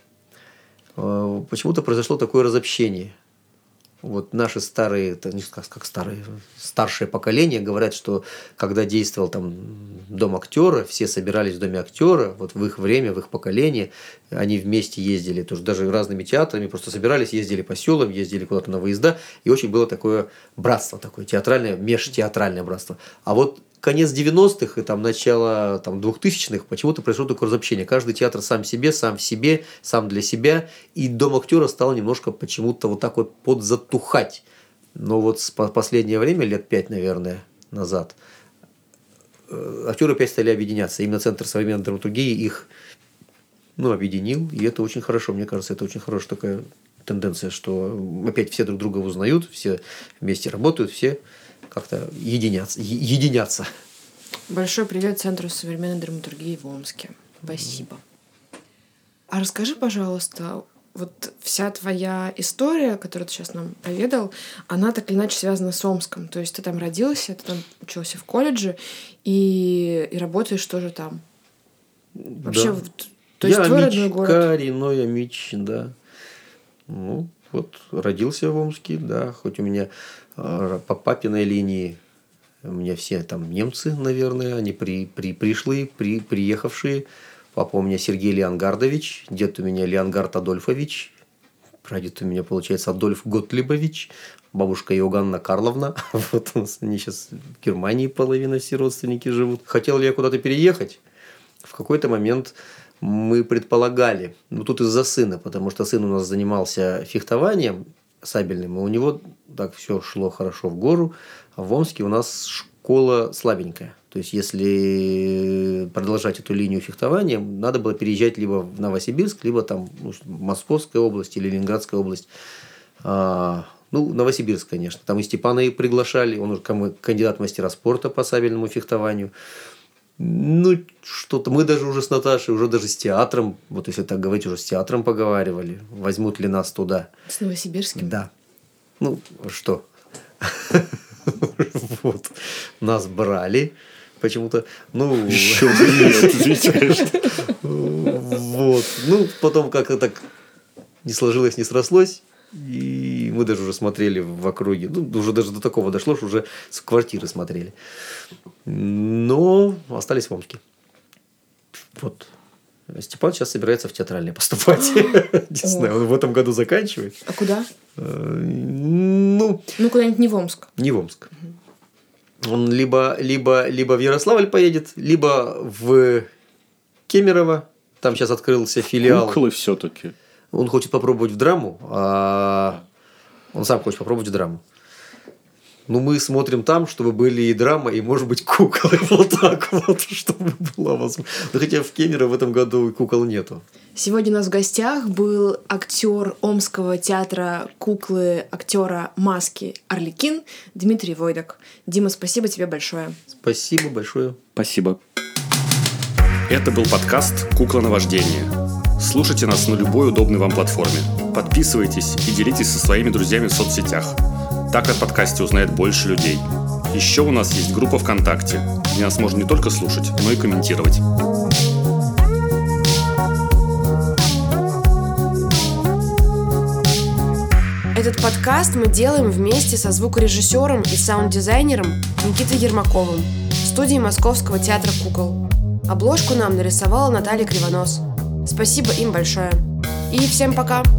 э, почему-то произошло такое разобщение. Вот наши старые, это не как, как старые, старшее поколение говорят, что когда действовал там дом актера, все собирались в доме актера, вот в их время, в их поколении, они вместе ездили, тоже даже разными театрами, просто собирались, ездили по селам, ездили куда-то на выезда, и очень было такое братство, такое театральное, межтеатральное братство. А вот конец девяностых и там начало там, двухтысячных почему-то произошло такое разобщение. Каждый театр сам себе, сам в себе, сам для себя. И дом актера стал немножко почему-то вот так вот подзатухать. Но вот в последнее время, лет пять, наверное, назад, актеры опять стали объединяться. Именно Центр современной драматургии их ну, объединил. И это очень хорошо. Мне кажется, это очень хорошая такая тенденция, что опять все друг друга узнают, все вместе работают, все как-то единятся, единятся. Большой привет Центру современной драматургии в Омске. Спасибо. А расскажи, пожалуйста, вот вся твоя история, которую ты сейчас нам поведал, она так или иначе связана с Омском. То есть ты там родился, ты там учился в колледже и, и работаешь тоже там. Вообще, да. вот, то есть я твой Амич, родной город. коренной Амич, да. Ну, вот родился в Омске, да, хоть у меня по папиной линии у меня все там немцы, наверное, они при, при, пришлые, при, приехавшие. Папа у меня Сергей Леонгардович, дед у меня Леонгард Адольфович, прадед у меня, получается, Адольф Готлибович, бабушка Иоганна Карловна. Вот они сейчас в Германии половина все родственники живут. Хотел ли я куда-то переехать? В какой-то момент мы предполагали, ну тут из-за сына, потому что сын у нас занимался фехтованием сабельным, и у него так все шло хорошо в гору, а в Омске у нас школа слабенькая. То есть, если продолжать эту линию фехтования, надо было переезжать либо в Новосибирск, либо там ну, Московская область или Ленинградская область. А, ну, Новосибирск, конечно. Там и Степана и приглашали, он уже кандидат в мастера спорта по сабельному фехтованию. Ну, что-то мы даже уже с Наташей, уже даже с театром, вот если так говорить, уже с театром поговаривали, возьмут ли нас туда. С Новосибирским? Да. Ну, что? Вот. Нас брали почему-то. Ну, еще нет, извините, конечно. Вот. Ну, потом как-то так не сложилось, не срослось. И мы даже уже смотрели в округе. Ну, уже даже до такого дошло, что уже с квартиры смотрели. Но остались в Омске. Вот. Степан сейчас собирается в театральное поступать. Не знаю, он в этом году заканчивает. А куда? Ну, ну куда-нибудь не в Омск. Не в Омск. Он либо, либо, либо в Ярославль поедет, либо в Кемерово. Там сейчас открылся филиал. Куклы все-таки. Он хочет попробовать в драму, а он сам хочет попробовать в драму. Ну, мы смотрим там, чтобы были и драма, и, может быть, куклы. Вот так вот, чтобы была возможность. Но хотя в Кемерово в этом году кукол нету. Сегодня у нас в гостях был актер Омского театра куклы, актера маски Арлекин Дмитрий Войдок. Дима, спасибо тебе большое. Спасибо большое. Спасибо. Это был подкаст «Кукла наваждения». Слушайте нас на любой удобной вам платформе. Подписывайтесь и делитесь со своими друзьями в соцсетях. Так о подкасте узнает больше людей. Еще у нас есть группа ВКонтакте, где нас можно не только слушать, но и комментировать. Этот подкаст мы делаем вместе со звукорежиссером и саунд-дизайнером Никитой Ермаковым в студии Московского театра кукол. Обложку нам нарисовала Наталья Кривонос. Спасибо им большое. И всем пока!